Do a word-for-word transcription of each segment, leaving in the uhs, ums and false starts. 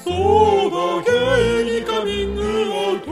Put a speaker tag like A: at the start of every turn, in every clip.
A: そうだゲイにカミングアウト。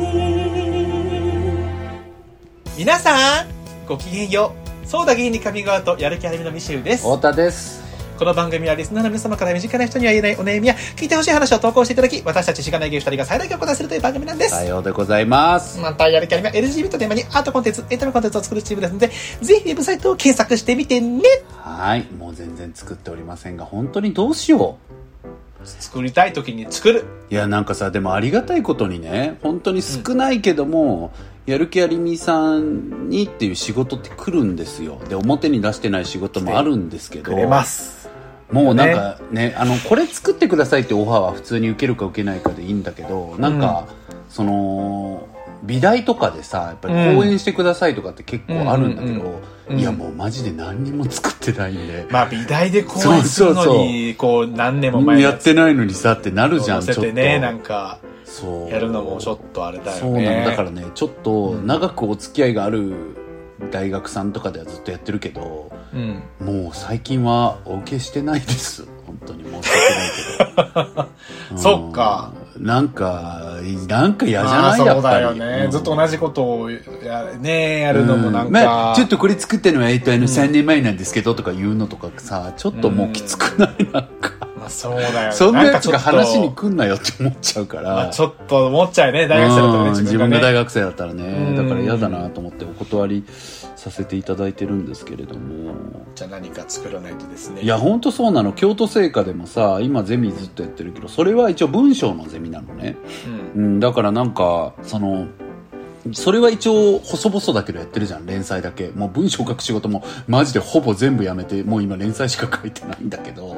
A: 皆さんごきげんよう。そうだゲイにカミングアウト、やる気ありみのミシェルです。
B: 太田です。
A: この番組はリスナーの皆様から身近な人には言えないお悩みや聞いてほしい話を投稿していただき、私たちしがないゲイふたりが最大限お答えするという番組なんです。
B: さようでございます。
A: またやる気ありみは エルジービーティー テーマにアートコンテンツ、エンタメコンテンツを作るチームですので、ぜひウェブサイトを検索してみてね。
B: はい、もう全然作っておりませんが、本当にどうしよ
A: う。作りたい時に作る。
B: いや、なんかさ、でもありがたいことにね、本当に少ないけども、うん、やる気ありみさんにっていう仕事って来るんですよ。で、表に出してない仕事もあるんですけど、
A: くれます。
B: もうなんか ね, ねあのこれ作ってくださいってオファーは普通に受けるか受けないかでいいんだけど、なんか、うん、その美大とかでさ、やっぱり講演してくださいとかって結構あるんだけど、うんうんうん、いやもうマジで何にも作ってないんで、
A: まあ美大で講演するのにそうそうそうこう何年も前
B: やってないのにさってなるじゃん。
A: ちょっと
B: ちょっと
A: なんかそうやるのもちょっとあれだよね。
B: そうなの。だからね、ちょっと長くお付き合いがある大学さんとかではずっとやってるけど、うん、もう最近はお受けしてないです。本当に申し訳ないけど、
A: うん、そっか。
B: なんかなんか嫌じゃない、まあ、
A: やっぱりそうだよね、うん、ずっと同じことを や,、ね、やるのもなんか、うんま
B: あ、ちょっとこれ作ってるのは、えっと、あのさんねんまえなんですけどとか言うのとかさ、ちょっともうきつくない、うん、なんか
A: まあ、そうだよね。
B: そんなやつが話に来んなよって思っちゃうから、
A: まあ、ちょっと思っちゃうね、大学生だったらね、自分がね、
B: 自分が大学生だったらね、だから嫌だなと思ってお断りさせていただいてるんですけれども、
A: じゃあ何か作らないとですね。
B: いや本当そうなの。京都精華でもさ、今ゼミずっとやってるけど、それは一応文章のゼミなのね、うんうん、だからなんかそのそれは一応細々だけどやってるじゃん、連載だけ。もう文章書く仕事もマジでほぼ全部やめて、もう今連載しか書いてないんだけど、うん、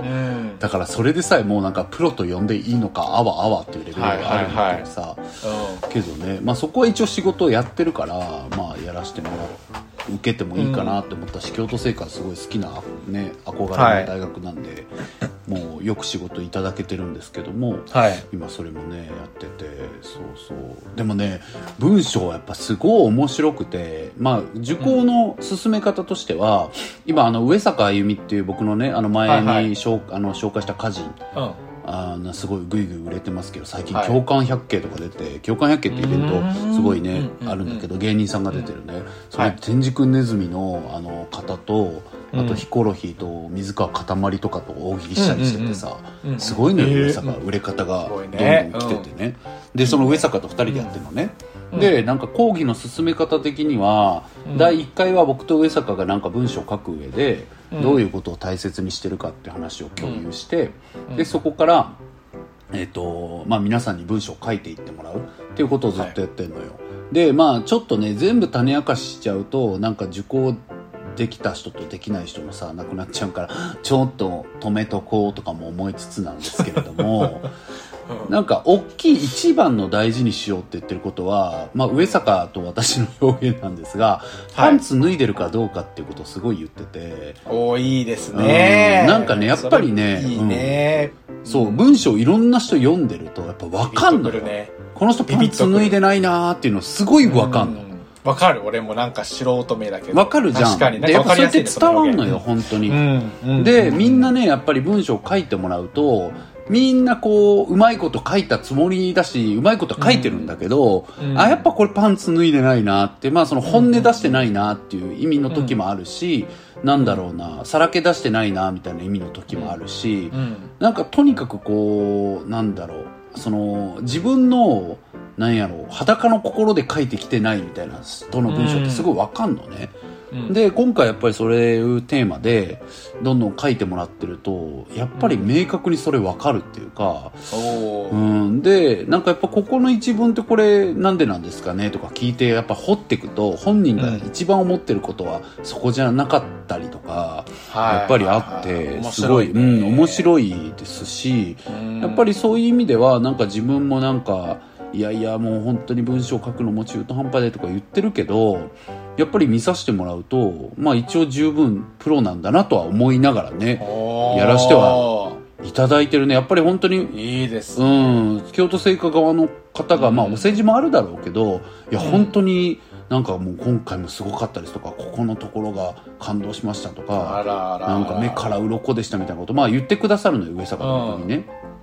B: だからそれでさえもうなんかプロと呼んでいいのかあわあわっていうレベルがあるんだけどさ、はいはいはい、けどね、まあそこは一応仕事をやってるから、まあやらせてもらう受けてもいいかなって思ったし、うん、京都精華すごい好きな、ね、憧れの大学なんで、はい、もうよく仕事いただけてるんですけども、はい、今それもねやってて、そうそうでもね文章はやっぱすごい面白くて、まあ受講の進め方としては、うん、今あの上坂あゆみっていう僕のねあの前に、はいはい、あの紹介した歌人、うんあすごいグイグイ売れてますけど、最近共感百景とか出て、はい、共感百景ってイベントすごいねあるんだけど、芸人さんが出てるね、その天竺ネズミのあの方と、あとヒコロヒーと水川かたまりとかと大喜利したりしててさ、すごいね上坂、売れ方がどんどん来ててね、でその上坂とふたりでやってるのね、でなんか講義の進め方的には、だいいっかいは僕と上坂がなんか文章を書く上でどういうことを大切にしてるかっていう話を共有して、でそこからえーとまあ、皆さんに文章を書いていってもらうっていうことをずっとやってるのよ、はい、でまあちょっとね全部種明かししちゃうとなんか受講できた人とできない人のさなくなっちゃうから、ちょっと止めとこうとかも思いつつなんですけれどもうん、なんか大きい一番の大事にしようって言ってることは、まあ、上坂と私の表現なんですが、パンツ脱いでるかどうかっていうことをすごい言ってて、
A: おーいいですね、
B: うん、なんかねやっぱりね
A: いいね、
B: うん、そう文章いろんな人読んでるとやっぱ分かんのよ、ね、この人パンツ脱いでないなーっていうのすごい分かんの。
A: わかる。俺もなんか素人目だけど
B: わかるじゃん。
A: 確かに
B: でやっぱそれって伝わんのよ本当に、うんうん、でみんなねやっぱり文章を書いてもらうとみんなこううまいこと書いたつもりだしうまいこと書いてるんだけど、うん、あやっぱこれパンツ脱いでないなって、まあその本音出してないなっていう意味の時もあるし、うん、なんだろうなさらけ出してないなみたいな意味の時もあるし、うん、なんかとにかくこうなんだろうその自分のなんやろう裸の心で書いてきてないみたいな人の文章ってすごいわかんのね、うん、で今回やっぱりそれいうテーマでどんどん書いてもらってるとやっぱり明確にそれわかるっていうか、うん、でなんかやっぱここの一文ってこれなんでなんですかねとか聞いてやっぱ掘っていくと本人が一番思ってることはそこじゃなかったりとか、うん、やっぱりあってすごい、うん、面白いですし、やっぱりそういう意味ではなんか自分もなんかいやいやもう本当に文章を書くのも中途半端でとか言ってるけどやっぱり見させてもらうとまあ一応十分プロなんだなとは思いながらねやらしてはいただいてるね。やっぱり本当に
A: いいですね、
B: うん、京都精華側の方が、まあお世辞もあるだろうけどいや本当になんかもう今回もすごかったですとかここのところが感動しましたとか
A: あらあら
B: なんか目から鱗でしたみたいなことまあ言ってくださるのよ上坂の方にね、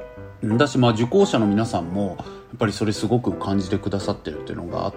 B: だし、まあ受講者の皆さんもやっぱりそれすごく感じてくださってるっていうのがあって、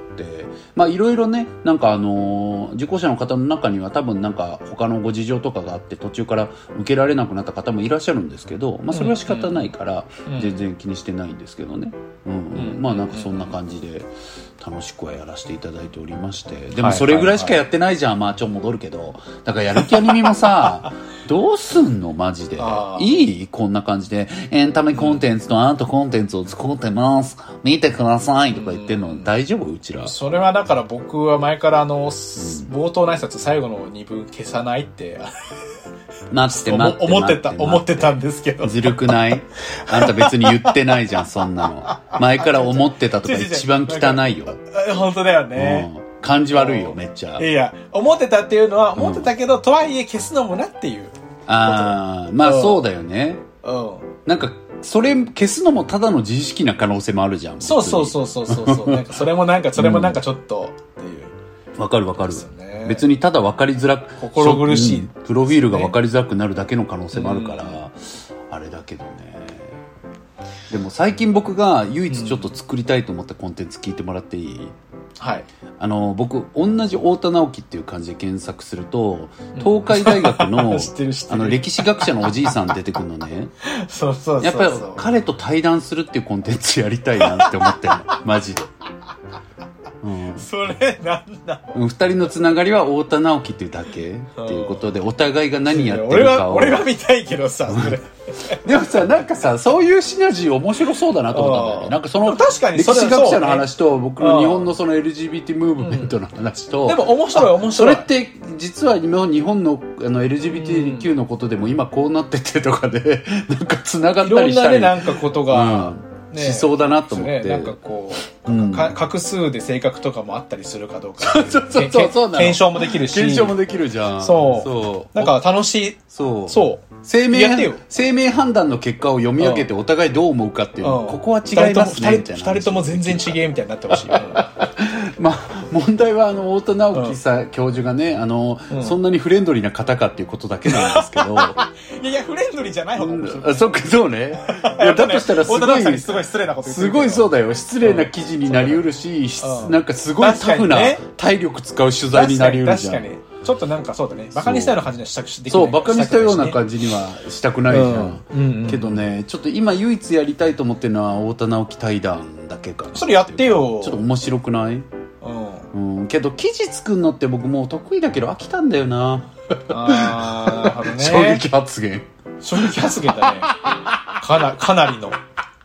B: まあいろいろね、なんかあのー、受講者の方の中には多分なんか他のご事情とかがあって途中から受けられなくなった方もいらっしゃるんですけど、まあそれは仕方ないから全然気にしてないんですけどね。うん、うん、まあなんかそんな感じで楽しくはやらせていただいておりまして、でもそれぐらいしかやってないじゃん。まあちょっと戻るけど、だからやる気アニメもさどうすんのマジでいい？こんな感じでエンタメコンテンツとアートコンテンツを作ってます見てくださいとか言ってるの大丈夫？うちら
A: それはだから僕は前からあの、うん、冒頭の挨拶最後のにぶん消さないって
B: 待って待って
A: 思ってた思ってたんですけど
B: ずるくない？あんた別に言ってないじゃんそんなの。前から思ってたとか一番汚いよ。
A: 本当だよね、
B: うん、感じ悪いよめっちゃ。
A: いや思ってたっていうのは思ってたけど、うん、とはいえ消すのもなっていう。
B: ああまあそうだよね。
A: うん、
B: なんかそれ消すのもただの自意識な可能性もあるじゃん。
A: そうそうそうそうそうそうなんかそれもなんかそれもなんかちょっとっていう
B: わ、うん、かるわかる、ね、別にただ分かりづらく
A: 心苦しい、うん、
B: プロフィールが分かりづらくなるだけの可能性もあるから、うん、あれだけどね。でも最近僕が唯一ちょっと作りたいと思ったコンテンツ聞いてもらっていい？うん、
A: はい。
B: あの僕同じ太田直樹っていう漢字で検索すると東海大学のあの歴史学者のおじいさん出てくるのね。
A: そうそうそうそう。
B: やっぱり彼と対談するっていうコンテンツやりたいなって思ってるのマジで。うん、
A: それなんだ。
B: 二人のつながりは太田直樹っていうだけっていうことでお互いが何やって
A: 俺は
B: るかを
A: 俺は見たいけどさそれ
B: でもさなんかさそういうシナジー面白そうだなと思ったんだよね。なんかその
A: 確かに
B: 歴史学者の話と僕の日本のその エルジービーティー ムーブメントの話と、
A: うん、でも面白い面白い。
B: それって実は今日本のあの エルジービーティーキュー のことでも今こうなっててとかでなんかつながったりしたり
A: いろんなねなんかことが、うんね、
B: しそうだなと思って、
A: ね、なんかこう、うん、か画数で性格とかもあったりするかどうか
B: そうそうそうそう
A: 検証もできるし
B: 検証もできるじゃん。
A: そうそうなんか楽しい。
B: そう
A: そう
B: 生命生命判断の結果を読み上げてお互いどう思うかっていうの、うん、ここは違いますねみたいな。
A: ふたりとも全然違えみたいになってほしい。
B: まあ問題はあの太田直樹さ、うん、教授がねあの、うん、そんなにフレンドリーな方かっていうことだけなんですけど
A: いやいやフレンドリーじゃない方が面白い、
B: うん、あそっかそうねいやだとしたらすごい
A: すごい失礼なこと言って
B: るすごいそうだよ失礼な記事になりうるし、うん、なんかすごいタフな体力使う取材になりうるじゃん。確かに
A: ちょっとなんかそうだねバカにしたような感じにはしたくできない。
B: そうバカにしたような感じにはしたくないじゃん、うんうんうん、けどねちょっと今唯一やりたいと思ってるのは太田直樹対談だけかな。
A: それやってよ。
B: ちょっと面白くない？うんうん、けど記事作るのって僕もう得意だけど飽きたんだよな。
A: あーなるほどね。
B: 衝撃発言
A: 衝撃発言だねかな、かなりの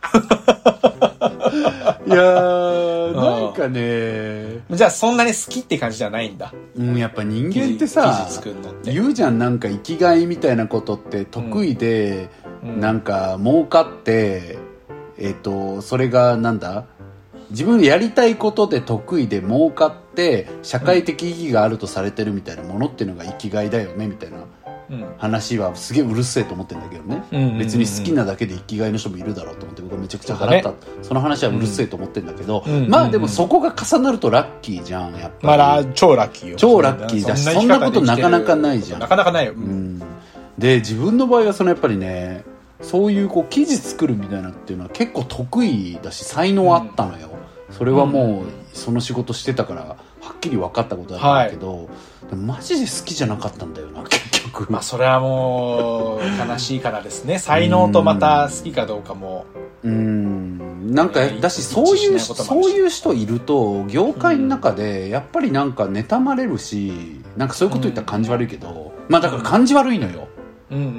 B: いやーなんかね
A: じゃあそんなに好きって感じじゃないんだ。
B: うん、やっぱ人間ってさ
A: 記事作るのって
B: 言うじゃんなんか生きがいみたいなことって得意で、うんうん、なんか儲かってえっとそれがなんだ自分やりたいことで得意で儲かって社会的意義があるとされてるみたいなものっていうのが生きがいだよねみたいな話はすげえうるせえと思ってるんだけどね、うんうんうんうん、別に好きなだけで生きがいの人もいるだろうと思って僕はめちゃくちゃ払った そ,、ね、その話はうるせえと思ってるんだけど、うんうんうん、まあでもそこが重なるとラッキーじゃんやっぱり、
A: まあ、超ラッキーよ。
B: 超ラッキーだしそんなことなかなかないじゃん。
A: なかなかないよ、
B: うん、で自分の場合はそのやっぱりねそういうこう記事作るみたいなっていうのは結構得意だし才能あったのよ、うん、それはもうその仕事してたからはっきり分かったことなんだけど、はい、でもマジで好きじゃなかったんだよな結局。
A: まあそれはもう悲しいからですね才能とまた好きかどうかも
B: うーんなんかだしそういうそういう人いると業界の中でやっぱりなんか妬まれるしなんかそういうこと言ったら感じ悪いけど、うん、まあだから感じ悪いのよ、うんうんうん、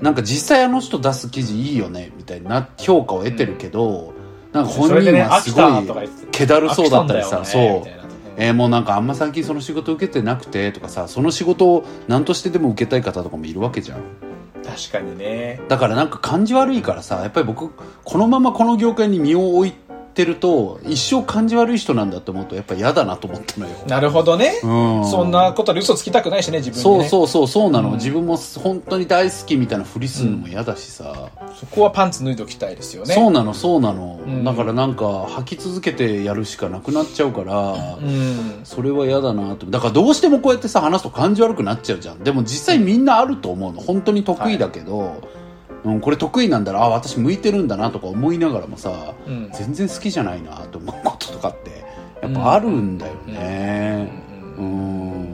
B: なんか実際あの人出す記事いいよねみたいな評価を得てるけど、うん、なんか本人はすごい気だるそうだったりさ、そう、えー、もうなんかあんま最近その仕事受けてなくてとかさその仕事を何としてでも受けたい方とかもいるわけじゃん。
A: 確かにね。
B: だからなんか感じ悪いからさやっぱり僕このままこの業界に身を置いてると一生感じ悪い人なんだと思うとやっぱ嫌だなと思ったのよ。
A: なるほどね、うん、そんなことで嘘つきたくないしね自分にね。
B: そうそうそうそうなの、うん、自分も本当に大好きみたいなふりするのも嫌だしさ、
A: うん、そこはパンツ脱いでおきたいですよね。
B: そうなのそうなの、うん、だからなんか履き続けてやるしかなくなっちゃうから、うん、それは嫌だなと。だからどうしてもこうやってさ話すと感じ悪くなっちゃうじゃん。でも実際みんなあると思うの本当に得意だけど、はいうん、これ得意なんだな、あ私向いてるんだなとか思いながらもさ、
A: うん、
B: 全然好きじゃないなと思うこととかってやっぱあるんだよね。うん、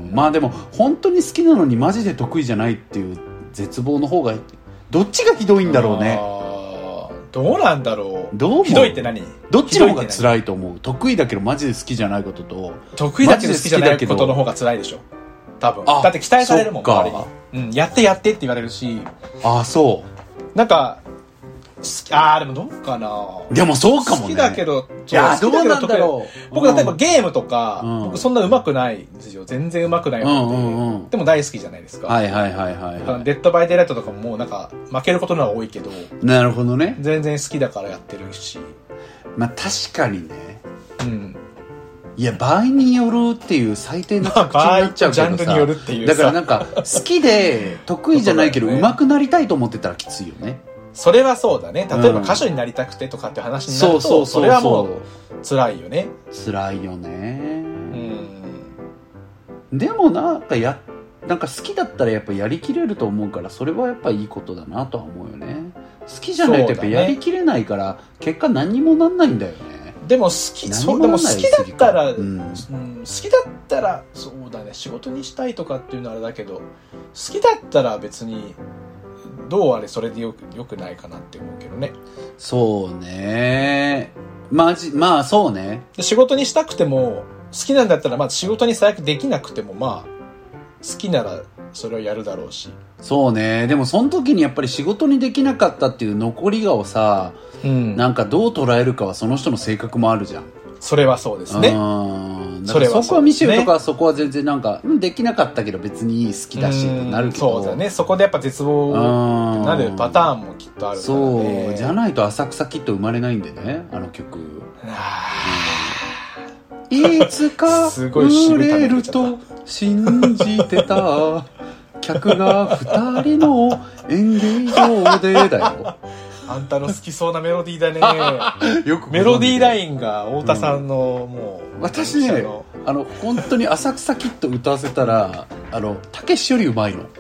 B: まあでも本当に好きなのにマジで得意じゃないっていう絶望の方がどっちがひどいんだろうね。
A: あどうなんだろう。
B: どう
A: ひどいって何？
B: どっちの方が辛いと思う？得意だけどマジで好きじゃないことと、
A: 得意だけど好きじゃないことの方が辛いでしょ多分。だって期待されるもん周りに、うん、やってやってって言われるし。
B: ああそう
A: なんかああでもどうかな。
B: でもそうかもね。
A: 好きだけど、
B: いやどうなんだろう。
A: 僕例えばゲームとか、
B: うん、
A: 僕そんな上手くないんですよ。全然上手くないので、うんうんうん、でも大好きじゃないですか。
B: はいはいはいはい、はい、
A: デッドバイデイライトとかももうなんか負けることの方が多いけど、
B: なるほどね。
A: 全然好きだからやってるし。
B: まあ確かにね。
A: うん。
B: いや場合によるっていう最低な感じになっちゃうけどさ、
A: ジャンルによるっていうさ。
B: だからなんか好きで得意じゃないけど上手くなりたいと思ってたらきついよね。そ
A: れはそうだね。例えば歌手になりたくてとかって話になると、うん、そうそうそうそう、それはもう辛いよね。
B: 辛いよね。うん。でもなんかやなんか好きだったらやっぱやりきれると思うから、それはやっぱいいことだなとは思うよね。好きじゃないとやっぱやりきれないから、ね、結果何にもなんないんだよね。でも好きそうでも好きだったら、うんうん、好きだったらそうだね、仕事にしたいとかっていうのはあれだけど、好きだったら別にどうあれそれでよくよくないかなって思うけどね。そうね。まじまあそうね。仕事にしたくても好きなんだったら、まあ仕事に最悪できなくてもまあ好きならそれをやるだろうし。そうね。でもその時にやっぱり仕事にできなかったっていう残り顔さ、うん、なんかどう捉えるかはその人の性格もあるじゃん。それはそうですね。うんだからそこはミシェルとかはそこは全然なんか、うん、できなかったけど別に好きだしってなるけど、そうだね。そこでやっぱ絶望ってなるパターンもきっとあるからね。そうじゃないと浅草キッド生まれないんでね、あの曲。いつか売れると信じてた客が二人の演芸場でだよ。あんたの好きそうなメロディーだね。よくメロディーラインが太田さんの、うん、もう私ね、あの本当に浅草キッド歌わせたらあのたけしよりうまいの。う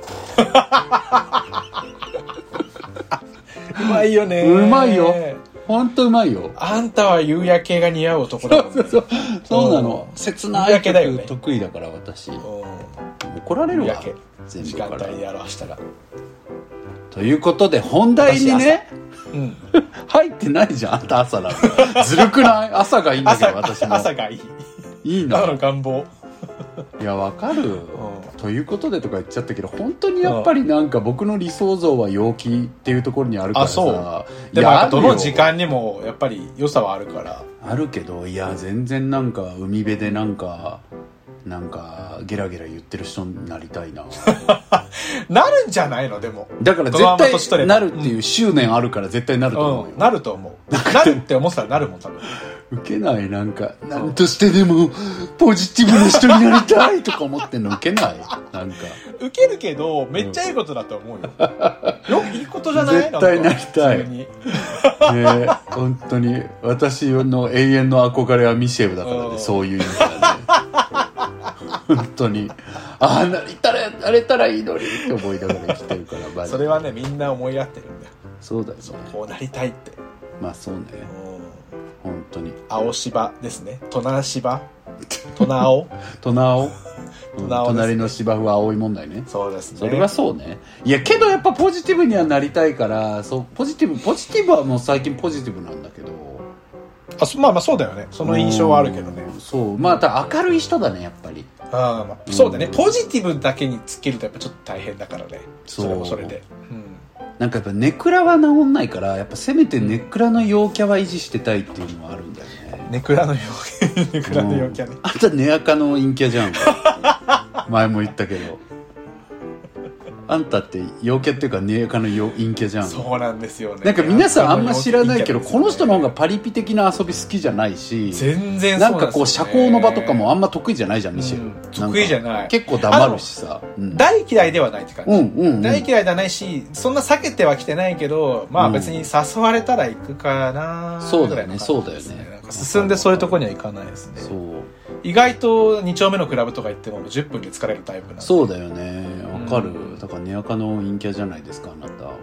B: まいよね。うまいよ。本当うまいよ。あんたは夕焼けが似合う男だもんね。そうそうそう。そうなの。切ない曲得意だから私。怒られるわ。全部から。時間帯で表したら。ということで本題にね、うん、入ってないじゃん。あんた朝なの。ずるくない？朝がいいんだけど私も。朝がいい。いいな。朝の願望。いやわかる、うん、ということでとか言っちゃったけど本当にやっぱりなんか僕の理想像は陽気っていうところにあるからさ。あそうでもやっぱどの時間にもやっぱり良さはあるからあるけど、いや全然なんか海辺でなんかなんかゲラゲラ言ってる人になりたいな。なるんじゃないの。でもだから絶対なるっていう執念あるから絶対なると思うよ、うん、なると思う。なるって思ったらなるもん多分。ウケない。なんか何としてでもポジティブな人になりたいとか思ってんのウケない。なんかウケるけどめっちゃいいことだと思うよ、うん、よくいいことじゃない。絶対なりたい。ねえ本当に私の永遠の憧れはミシェルだからね、うん、そういう意味ではね。本当にああなりたらなれたらいいのにって思いながら生きてるから。それはねみんな思い合ってるんだよ。そうだよね。こうなりたいって。まあそうね。本当に青芝ですね。トナ芝トナ青トナ青隣の芝生は青い問題ね。そうですね。それはそうね。いやけどやっぱポジティブにはなりたいから、そうポジティブポジティブはもう最近ポジティブなんだけど。あまあまあそうだよね。その印象はあるけどね。そうまあた明るい人だねやっぱり。あまあそうだね、うん。ポジティブだけにつけるとやっぱちょっと大変だからね。それもそれで。うんなんかやっぱネクラは治んないからやっぱせめてネクラの陽キャは維持してたいっていうのはあるんだよね。ネクラの陽キャネクラの陽キャね。あんたネアカの陰キャじゃん。前も言ったけどあんたって陽キャっていうかネアカの陰キャじゃん。そうなんですよね。なんか皆さんあんま知らないけど、ね、この人の方がパリピ的な遊び好きじゃないし全然そうなんですよね。なんかこう社交の場とかもあんま得意じゃないじゃんミシェル、うん、得意じゃない。結構黙るしさ、うん、大嫌いではないって感じ、うんうんうん、大嫌いではないしそんな避けてはきてないけどまあ別に誘われたら行くかな、うん、そうだよねそうだよね。なんか進んでそういうところには行かないですね。そう意外とに丁目のクラブとか行ってもじゅっぷんで疲れるタイプなんで。そうだよねわかる、うん、だからネアカの陰キャじゃないですかあなた。本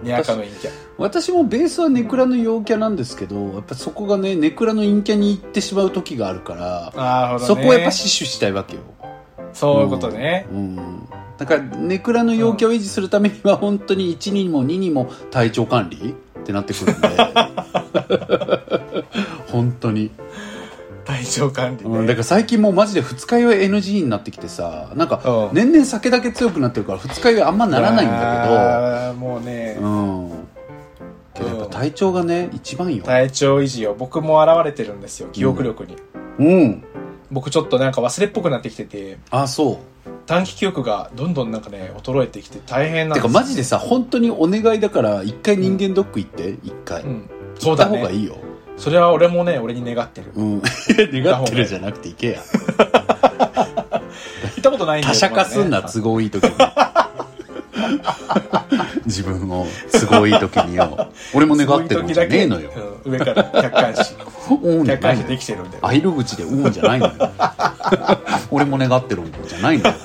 A: にわかの陰キャ。
B: 私もベースはネクラの陽キャなんですけど、やっぱそこがねネクラの陰キャに行ってしまう時があるから、
A: なるほどね、
B: そこをやっぱ死守したいわけよ。
A: そういうことね、
B: うんうん、だからネクラの陽キャを維持するためには本当にいちにもににも体調管理ってなってくるんで本当に
A: 体調管理ね、
B: うん、だから最近もうマジで二日酔い エヌジー になってきてさ、なんか年々酒だけ強くなってるから二日酔いあんまならないんだ
A: けど、もうね、
B: うん、けどやっぱ体調がね一番よ。
A: 体調維持よ。僕も現れてるんですよ、記憶力に。
B: うん、うん、
A: 僕ちょっとなんか忘れっぽくなってきてて。
B: あ、そう。
A: 短期記憶がどんどんなんかね衰えてきて大変なんですよ。
B: てかマジでさ、本当にお願いだから一回人間ドック行って一、うん、回、うん、
A: そうだね、
B: 行った方がいいよ。
A: それは俺もね、俺に願ってる。
B: うん。願ってるじゃなくて行けや。
A: 行ったことないんだよ。
B: 他者化すんな、都合いい時に。自分を都合いい時によ。俺も願ってるんじゃねえのよ。
A: うん、上から客観視。客観視できてるんだよ。
B: アイル口でうんじゃないのよ。俺も願ってるんじゃないのよ。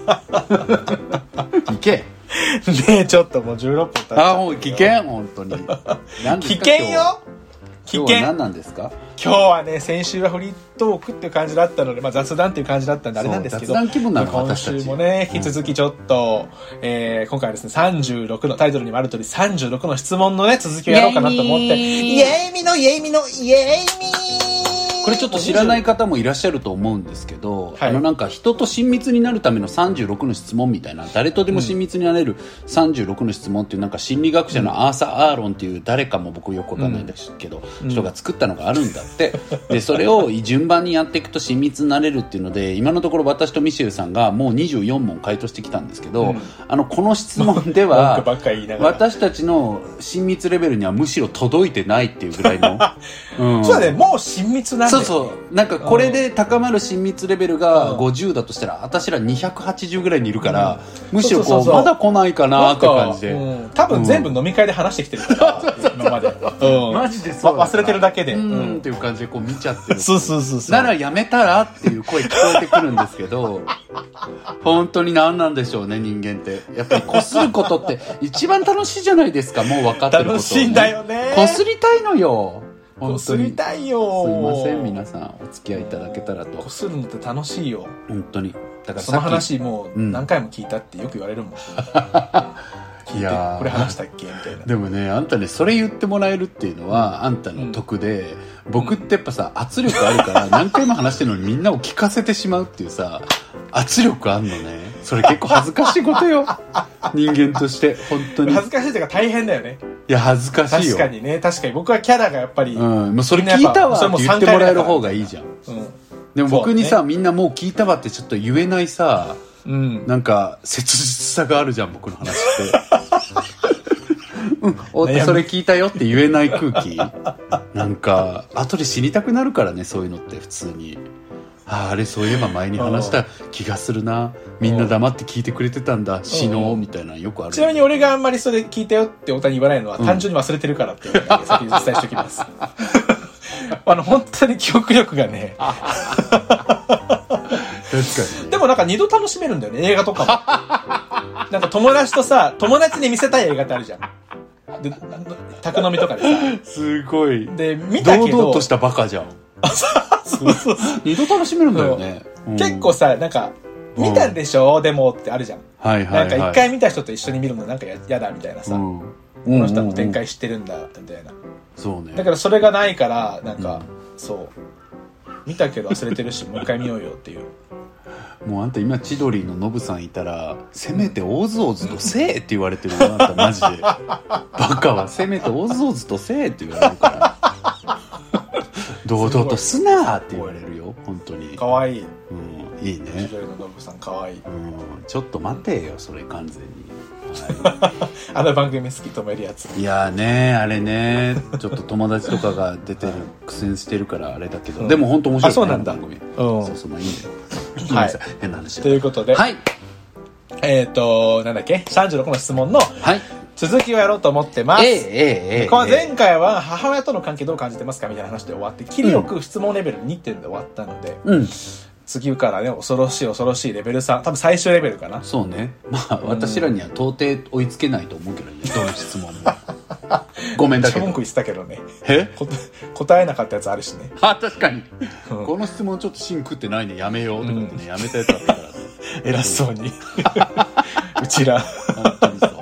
B: 行け。
A: ねえ、ちょっともうじゅうろっぷん経っちゃったよ。
B: あ、もう危険、本当に。
A: 危険よ。
B: 今日は何なんですか？
A: 今日はね、先週はフリートークっていう感じだったので、まあ、雑談っていう感じだったんであれなんですけど、
B: 雑談気分なの
A: 今週もね、引き続きちょっと、うん、えー、今回はですね、さんじゅうろくの、タイトルにもある通りさんじゅうろくの質問のね、続きをやろうかなと思って、イエイミのイエイミのイエイミ
B: これちょっと知らない方もいらっしゃると思うんですけど、はい、あのなんか人と親密になるためのさんじゅうろくの質問みたいな、誰とでも親密になれるさんじゅうろくの質問っていう、なんか心理学者のアーサー・アーロンっていう誰かも僕よくわかんないんですけど、うん、人が作ったのがあるんだって。でそれを順番にやっていくと親密になれるっていうので、今のところ私とミシェルさんがもうにじゅうよんもん回答してきたんですけど、うん、あのこの質問では私たちの親密レベルにはむしろ届いてないっていうぐらいの、
A: うん、そうだね、もう親密なんだよね。
B: そうそう、なんかこれで高まる親密レベルがごじゅうだとしたら、私らにひゃくはちじゅうぐらいにいるから、うん、むしろこう、そうそうそう、まだ来ないかなって感じで、
A: うん、多分全部飲み会で話してきてるから、うん、今まで、うん、
B: マジでそう
A: 忘れてるだけで、
B: うん、っていう感じでこう見ちゃってる。
A: そうそうそうそう、
B: ならやめたらっていう声聞こえてくるんですけど本当に何なんでしょうね、人間ってやっぱりこすることって一番楽しいじゃないですか。もう分かってることを、ね、
A: 楽しいんだよね。
B: こすりたいのよ。
A: こすりたいよ。
B: すいません、皆さんお付き合いいただけたらと。
A: こするのって楽しいよ、
B: 本当に。
A: だからその話もう何回も聞いたってよく言われるもん、うん、聞いてこれ話したっけみたいな。
B: でもね、あんたね、それ言ってもらえるっていうのは、うん、あんたの得で、うん、僕ってやっぱさ、圧力あるから何回も話してるのにみんなを聞かせてしまうっていうさ、圧力あんのね。それ結構恥ずかしいことよ。人間として本当に
A: 恥ずかしいというか大変だよね。
B: いや恥ずかしいよ。
A: 確かにね、確かに僕はキャラがやっぱり、
B: うん、もうそれ聞いたわって言ってもらえる方がいいじゃん。うん、でも僕にさ、ね、みんなもう聞いたわってちょっと言えないさ、うん、なんか切実さがあるじゃん、僕の話って。うん、おってそれ聞いたよって言えない空気なんか後で知りたくなるからね、そういうのって普通に。あ, あれそういえば前に話した気がするな、みんな黙って聞いてくれてたんだ、死のうみたいなのよくある。
A: ちなみに俺があんまりそれ聞いたよって太田に言わないのは、うん、単純に忘れてるからっていうのを先に伝えしておきますあの本当に記憶力がね
B: 確かに。
A: でもなんか二度楽しめるんだよね、映画とかもなんか友達とさ、友達に見せたい映画ってあるじゃん。で宅飲みとかでさ、
B: すごい
A: で見たけど
B: 堂々としたバカじゃんそうそうそう二度楽しめるんだよね、
A: うん、結構さ、なんか見たでしょ、うん、でもってあるじゃん、
B: はいはいはい、
A: なんか一回見た人と一緒に見るのなんかやだみたいなさ、うん、この人の展開知ってるんだみたいな、
B: そうね。
A: だからそれがないからなんか、うん、そう見たけど忘れてるしもう一回見ようよっていう。
B: もうあんた今千鳥のノブさんいたらせめてオズオズとせえって言われてるよ、あんたマジでバカはせめてオズオズとせえって言われるから堂々とすなーって言われるよ、本当に。
A: かわいい、
B: うん、いいね。
A: 千鳥のノブさんかわいい、うん、
B: ちょっと待てよそれ完全に、
A: はい、あの番組好き止めるやつ。
B: いやーねー、あれねー、ちょっと友達とかが出てる苦戦してるからあれだけど、うん、でも本当面白い、ね、
A: あ、そうなんだ、
B: 番組、うん、そうそう、まあいいんだよ
A: はい、
B: 変な話
A: ということで、
B: はい、
A: えっ、ー、となんだっけ、さんじゅうろくの質問の続きをやろうと思ってます。
B: えー、えー、えー、
A: この前回は母親との関係どう感じてますかみたいな話で終わって、切りよく質問レベルにてんで終わったので、
B: うん、
A: 次からね、恐ろしい恐ろしいレベルさん。多分最終レベルかな。
B: そうね。まあ、私らには到底追いつけないと思うけどね、どの質問も。ごめんだけど。
A: 文句言ってたけどね。
B: え
A: 答えなかったやつあるしね。
B: あ、確かに。
A: うん、
B: この質問ちょっと芯食ってないね、やめようとかってね、うん、やめたやつあったから、ね。
A: 偉そうに。うちら。
B: 本当にそう。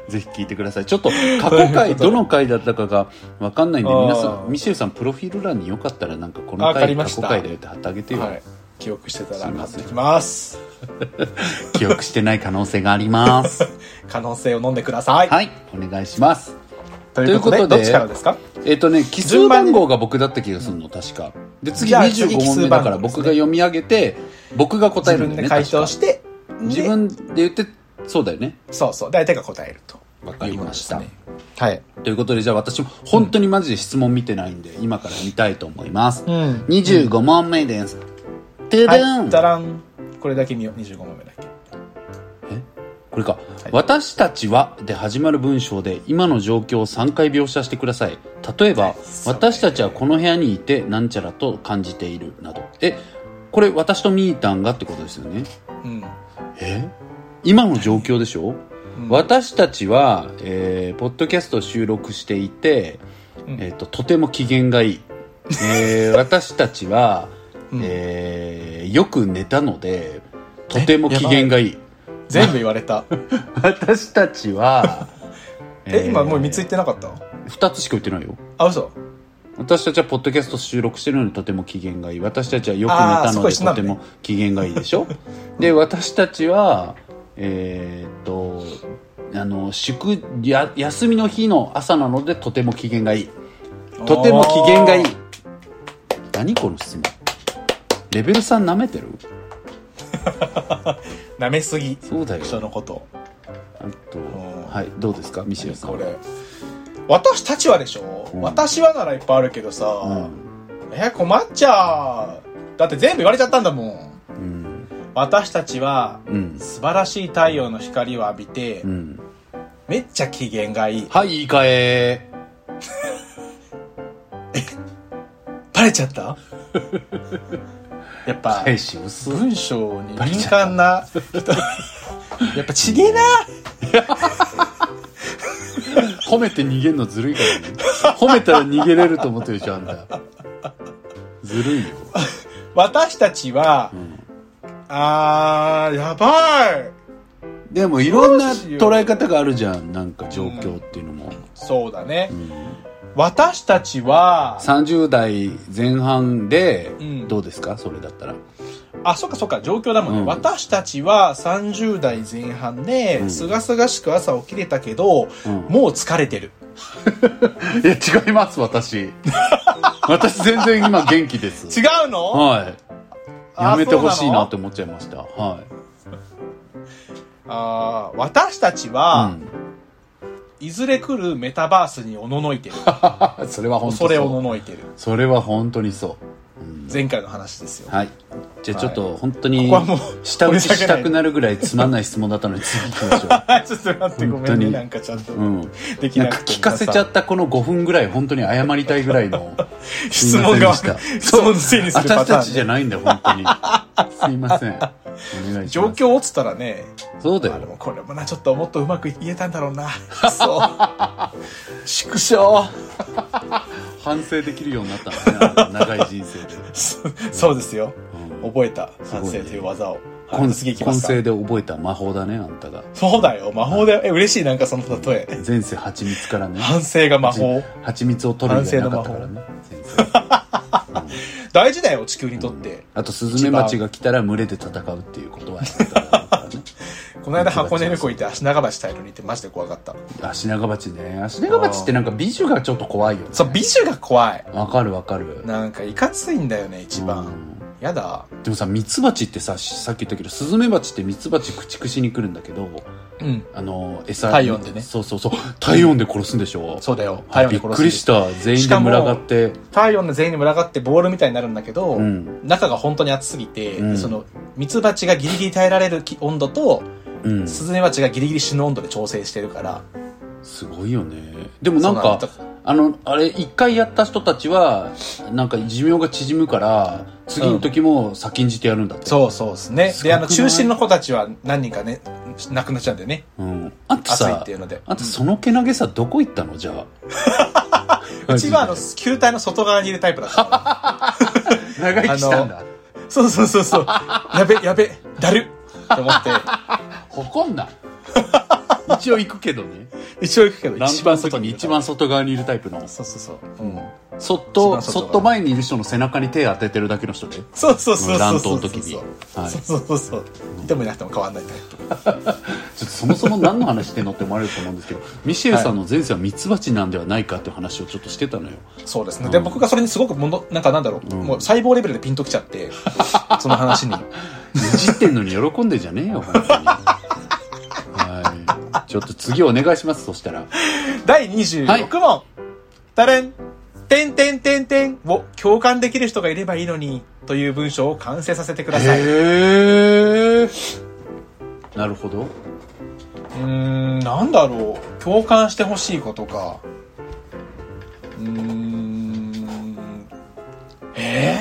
B: ぜひ聞いてください。ちょっと過去回、どの回だったかがわかんないんで、皆さん、ミシェルさん、プロフィール欄によかったら、なんかこの回、過去回だよって貼ってあげてよ。はい、
A: 記憶してたら貼ってきます。
B: 記憶してない可能性があります。
A: 可能性を飲んでください。
B: はい、お願いします。
A: ということで、どっちからですか？
B: えっとね、奇数番号が僕だった気がするの、確か。で、次にじゅうご問目だから僕が読み上げて、僕が答えるんだよね。
A: 自分で回答して、
B: 自分で言って、そうだよね。
A: そうそう、大体が答えると。
B: わかりました。
A: はい。
B: ということで、じゃあ私も本当にマジで質問見てないんで、うん、今から見たいと思います。うん、にじゅうご問目です。て、うん、
A: だん、だらん。これだけ見よう。にじゅうご問目だけ。
B: えこれか、はい。私たちはで始まる文章で今の状況をさんかい描写してください。例えば、はい、私たちはこの部屋にいてなんちゃらと感じているなど。え、これ私とみーたんがってことですよね。うん。え今の状況でしょ、うん、私たちは、えー、ポッドキャストを収録していて、うん、えーと、とても機嫌がいい。えー、私たちは、うん、えー、よく寝たので、とても機嫌がいい。
A: 全部言われた。
B: 私たちは、
A: え、えー、今もうみっつ言ってなかった？
B: ふたつしか言ってないよ。
A: あ、嘘。
B: 私たちはポッドキャスト収録してるのにとても機嫌がいい。私たちはよく寝たのでとても機嫌がいいでしょ。で、私たちは、えー、っと、あの、祝、や、休みの日の朝なのでとても機嫌がいい。とても機嫌がいい。何この質問。レベルさん舐めてる？
A: 舐めすぎ。
B: そうだよ。
A: 人のこと。
B: あと、はい、どうですかミシェルさん。
A: これ。私たちはでしょ、うん、私はならいっぱいあるけどさ、うん、え、困っちゃう。だって全部言われちゃったんだもん。うん、私たちは、うん、素晴らしい太陽の光を浴びて、うん、めっちゃ機嫌がいい。
B: はい、言い換え。
A: え、バレちゃったやっぱ、文章に敏感な人。やっぱちげえな
B: 褒めて逃げるのずるいからね。褒めたら逃げれると思ってるでしょ、あんた。ずるいよ。
A: 私たちは、うん、あー、やばい。
B: でもいろんな捉え方があるじゃん、なんか状況っていうのも。うん、
A: そうだね。うん、私たちは、
B: さんじゅう代前半で、どうですか、それだったら。
A: あ、そっかそっか、状況だもんね。うん、私たちはさんじゅう代前半で、すがすがしく朝起きれたけど、うん、もう疲れてる。
B: いや、違います、私。私全然今元気です。
A: 違うの？
B: はい。やめてほしいなって思っちゃいました。はい。
A: あ、私たちは、うん、いずれ来るメタバースにおののいてる。
B: それは本当
A: そう。それおののいてる。
B: それは本当にそう。
A: うん、前回の話ですよ。
B: はい。じゃあちょっと本当に下打ちしたくなるぐらいつまんない質問だったので次行きましょう。
A: ちょっと待って、ごめんね、なんかちゃんとできなくて、
B: うん、聞かせちゃったこのごふんぐらい本当に謝りたいぐらいの
A: 質問が質問のせいにするパターン、ね、
B: 私たちじゃないんだよ本当に。すいません。お願いします。
A: 状況落ちたらね。
B: そうだよ。
A: まあ、でもこれもな、ちょっともっとうまく言えたんだろうな。そう。縮小。
B: 反省できるようになったのね、長い人生で。
A: そうですよ、うん、覚えた反省という技を。
B: 今次行きますか。今世で覚えた魔法だね、あんたが。
A: そうだよ、魔法だよ。え、嬉しい、なんかその例え。
B: 前世蜂蜜からね。
A: 反省が魔法。
B: 蜂蜜を取るんじゃなかったからね。
A: うん、大事だよ、地球にとって。うん、
B: あと、スズメバチが来たら群れで戦うっていうことはやってたからね。
A: この間箱根旅行行って足長鉢耐えるに行ってマジで怖かった。
B: 足長鉢ね。足長鉢ってなんか美女がちょっと怖いよね。
A: そう、美女が怖い。
B: わかるわかる。
A: なんかいかついんだよね、一番。やだ。
B: でもさ、ミツバチってさ、さっき言ったけど、スズメバチってミツバチ駆逐しに来るんだけど、うん。あの、餌。
A: 体温でね。
B: そうそうそう。体温で殺すんでしょ。
A: そうだよ。体温で殺す。
B: びっくりした。全員で群がって。
A: 体温で全員で群がってボールみたいになるんだけど、うん、中が本当に熱すぎて、うん、その、ミツバチがギリギリ耐えられる温度と、うん、スズメバチがギリギリ死ぬ温度で調整してるから。
B: すごいよね。でもなんか、 あのあれ一回やった人たちはなんか寿命が縮むから次の時も先んじてやるんだって、うん、
A: そうそうですね。であの中心の子たちは何人かね亡くなっちゃうんだよね、
B: うん、あんたさ
A: 暑いっていうので、
B: あんたそのけなげさどこ行ったのじゃあ
A: うちはあの球体の外側にいるタイプだった
B: 長生きしたんだ。
A: そうそうそうそうやべやべだると思って
B: 誇んな一応行くけどね。
A: 一応行くけど
B: 一番外に一番外側にいるタイプの。
A: そうそうそう、うん、
B: そっとそっと前にいる人の背中に手当ててるだけの人で。
A: そうそうそうそう
B: 乱闘の時に。
A: はい、そうそうそうそう。いてもいなくても変わんないタイプ。ちょっ
B: とそもそも何の話してんのって思われると思うんですけど、ミシェルさんの前世はミツバチなんではないかっていう話をちょっとしてたのよ。
A: そうですね。うん、で僕がそれにすごくものなんかなんだろう、うん、もう細胞レベルでピンときちゃってその話に。
B: いじってんのに喜んでじゃねえよ本当に。ちょっと次お願いします。そしたら
A: だいにじゅうろく問、はい、タレンてんてんてんてんを共感できる人がいればいいのにという文章を完成させてください。
B: へー、なるほど。
A: うーん、なんだろう、共感してほしいことか。うーん、え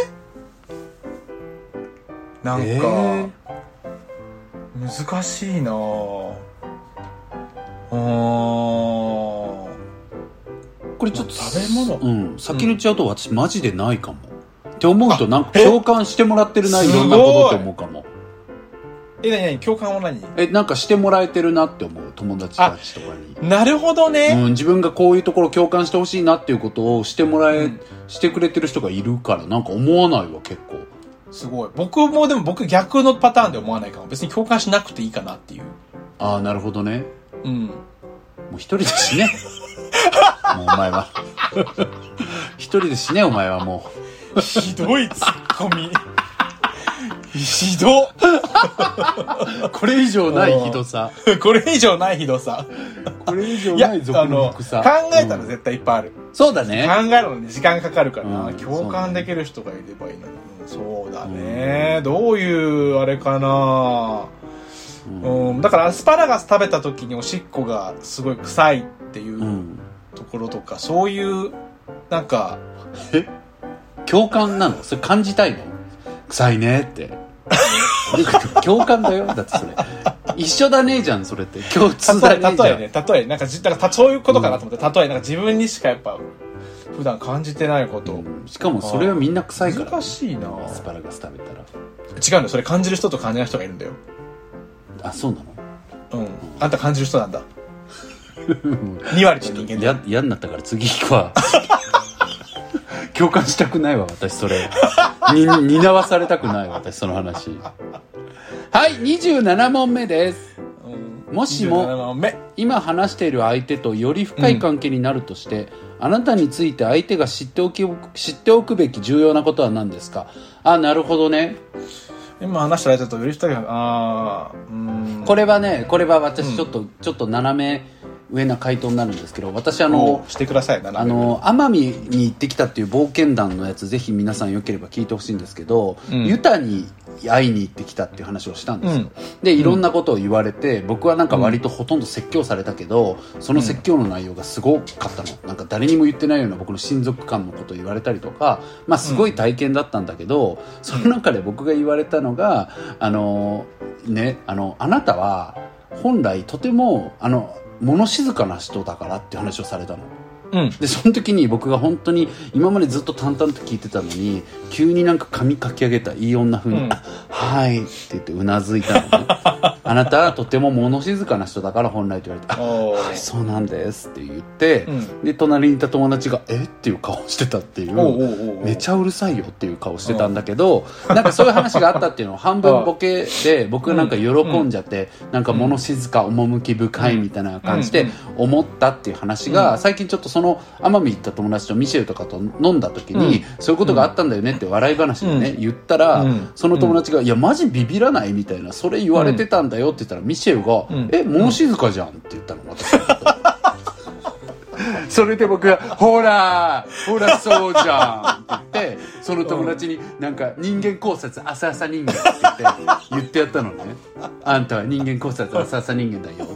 A: ー、なんか、えー、難しいなぁ。あー、
B: これちょっと
A: 食べ物、
B: うん、先に言っちゃうと私マジでないかも、うん、って思うとなんか共感してもらってるな、いろんなことって思うかも。
A: え、何何共感は何？
B: え、なんかしてもらえてるなって思う、友達たちとかに。
A: なるほどね、
B: うん、自分がこういうところ共感してほしいなっていうことをしてもらえ、うん、してくれてる人がいるからなんか思わないわ結構。
A: すごい。僕もでも僕逆のパターンで思わないかも。別に共感しなくていいかなっていう。
B: ああ、なるほどね。
A: うん。
B: もう一人で死ね。もうお前は。一人で死ねお前はも
A: う。ひどいツッコミ。ひどっ。
B: これ以上ないひどさ。
A: これ以上ないひどさ。
B: これ以上ない俗の低さ。
A: 考えたら絶対いっぱいある。
B: うん、そうだね。
A: 考えるのに時間かかるからな、うん、共感できる人がいればいいのに。そうだね、うん、どういうあれかな、うんうん、だからアスパラガス食べた時におしっこがすごい臭いっていうところとか、そういうなんか
B: え共感なの？それ感じたいの？臭いねって共感だよ。だってそれ一緒だねじゃん、それって共通だねじゃん。
A: 例えね、例えなんかだからそういうことかなと思って、うん、例えなんか自分にしかやっぱ普段感じてないこと、うん、
B: しかもそれはみんな臭いから、ね、
A: 難しいな。
B: アスパラガス食べたら
A: 違うんだよ、それ感じる人と感じない人がいるんだよ。
B: あ、そうなの？
A: うん、あんた感じる人なんだ。に割と人間
B: で嫌になったから次行くわ。共感したくないわ私それ。に担わされたくないわ私その話。はい、にじゅうなな問目です。もしも今話している相手とより深い関係になるとして、うん、あなたについて相手が知っておき、知っておくべき重要なことは何ですか？あ、なるほどね。
A: 今話した相手とより深い、あー、うーん、
B: これはね、これは私ちょっと、うん、ちょっと斜め上な回答になるんですけど、私あの
A: してください。
B: あの奄美に行ってきたっていう冒険団のやつぜひ皆さんよければ聞いてほしいんですけど、うん、ユタに会いに行ってきたっていう話をしたんですよ、うん、でいろんなことを言われて、僕はなんか割とほとんど説教されたけど、その説教の内容がすごかったの。なんか誰にも言ってないような僕の親族間のことを言われたりとか、まあすごい体験だったんだけど、うん、その中で僕が言われたのが、あのね、あのあなたは本来とてもあの物静かな人だからっていう話をされたの。うん、でその時に僕が本当に今までずっと淡々と聞いてたのに、急になんか髪かき上げたいい女風に、うん、はいって言ってうなずいたのね。あなたはとても物静かな人だから本来と言われて、あ、はい、そうなんですって言って、うん、で隣にいた友達がえっていう顔してたっていう、おうおうおう、めちゃうるさいよっていう顔してたんだけど、なんかそういう話があったっていうのを半分ボケで僕なんか喜んじゃって、うん、なんか物静か趣深いみたいな感じで思ったっていう話が、最近ちょっとその奄美行った友達とミシェルとかと飲んだ時に、うん、そういうことがあったんだよねって笑い話でね、うん、言ったら、うん、その友達が、いやマジビビらないみたいな、それ言われてたんだよって言ったら、ミシェルが、うん、え物静かじゃんって言ったの私のことそれで僕がほらほらそうじゃんって言って、その友達になんか人間考察浅々人間って言って言ってやったのね。あんたは人間考察浅々人間だよって言って、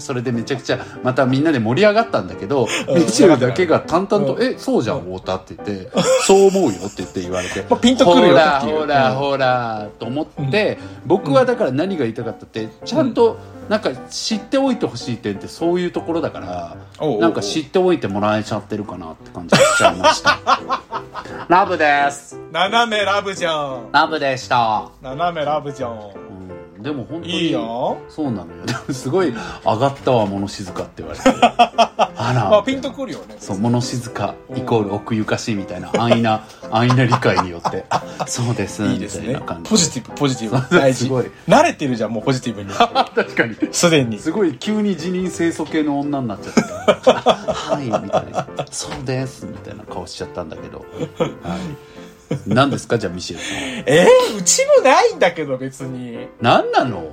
B: それでめちゃくちゃまたみんなで盛り上がったんだけど、ミシェルだけが淡々と、うん、えそうじゃん太田って言って、うん、そう思うよって言って言われて
A: ピンとくるよっていう
B: ほらほらほらと思って、うん、僕はだから何が言いたかったってちゃんとなんか知っておいてほしい点ってそういうところだから、うん、なんか知っておいてもらえちゃってるかなって感じがしちゃいましたラブです。
A: 斜めラブじゃん。
B: ラブでした。
A: 斜めラブじゃん、
B: うん、でも本当に
A: いいよ。
B: そうなのよ。でもすごい上がったわ物静かって言われてあら、
A: まあ、ピンとくるよね。
B: そう物静かイコール奥ゆかしいみたいな安易な安易な理解によってあそうです
A: いいですね、
B: みたいな感じ
A: ポジティブポジティブ大事。すごい慣れてるじゃんもうポジティブに
B: 確かに
A: すでに
B: すごい急に自認清楚系の女になっちゃったはいみたいなそうですみたいな顔しちゃったんだけど、はい、何ですかじゃあミシェルさん。
A: えー、うちもないんだけど別に
B: 何なの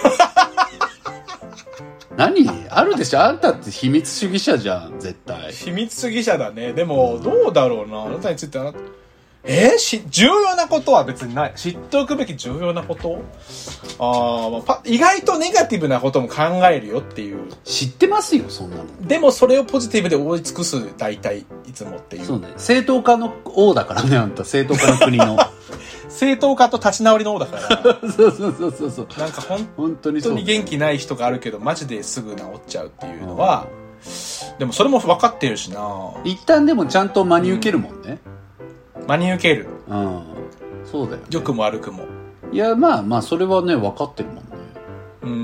B: 何あるでしょ。あんたって秘密主義者じゃん絶対。
A: 秘密主義者だね。でもどうだろうな、あなたについてあなたえー、し重要なことは別にない。知っておくべき重要なことあ、まあ、パ意外とネガティブなことも考えるよっていう。
B: 知ってますよそんなの。
A: でもそれをポジティブで覆い尽くす大体いつもっていう。
B: そうね正当化の王だからねあんた。正当化の国の
A: 正当化と立ち直りの王だから
B: そうそうそうそうそう。
A: なんかほん
B: 本当にそう
A: 本当に元気ない人があるけどマジですぐ治っちゃうっていうのは、うん、でもそれも分かってるしな。
B: 一旦でもちゃんと真に受けるもんね、
A: うん、真に受ける。
B: うんそうだよね。
A: 良くも悪くも。
B: いやまあまあそれはね分かってるもんね。
A: うん、うん、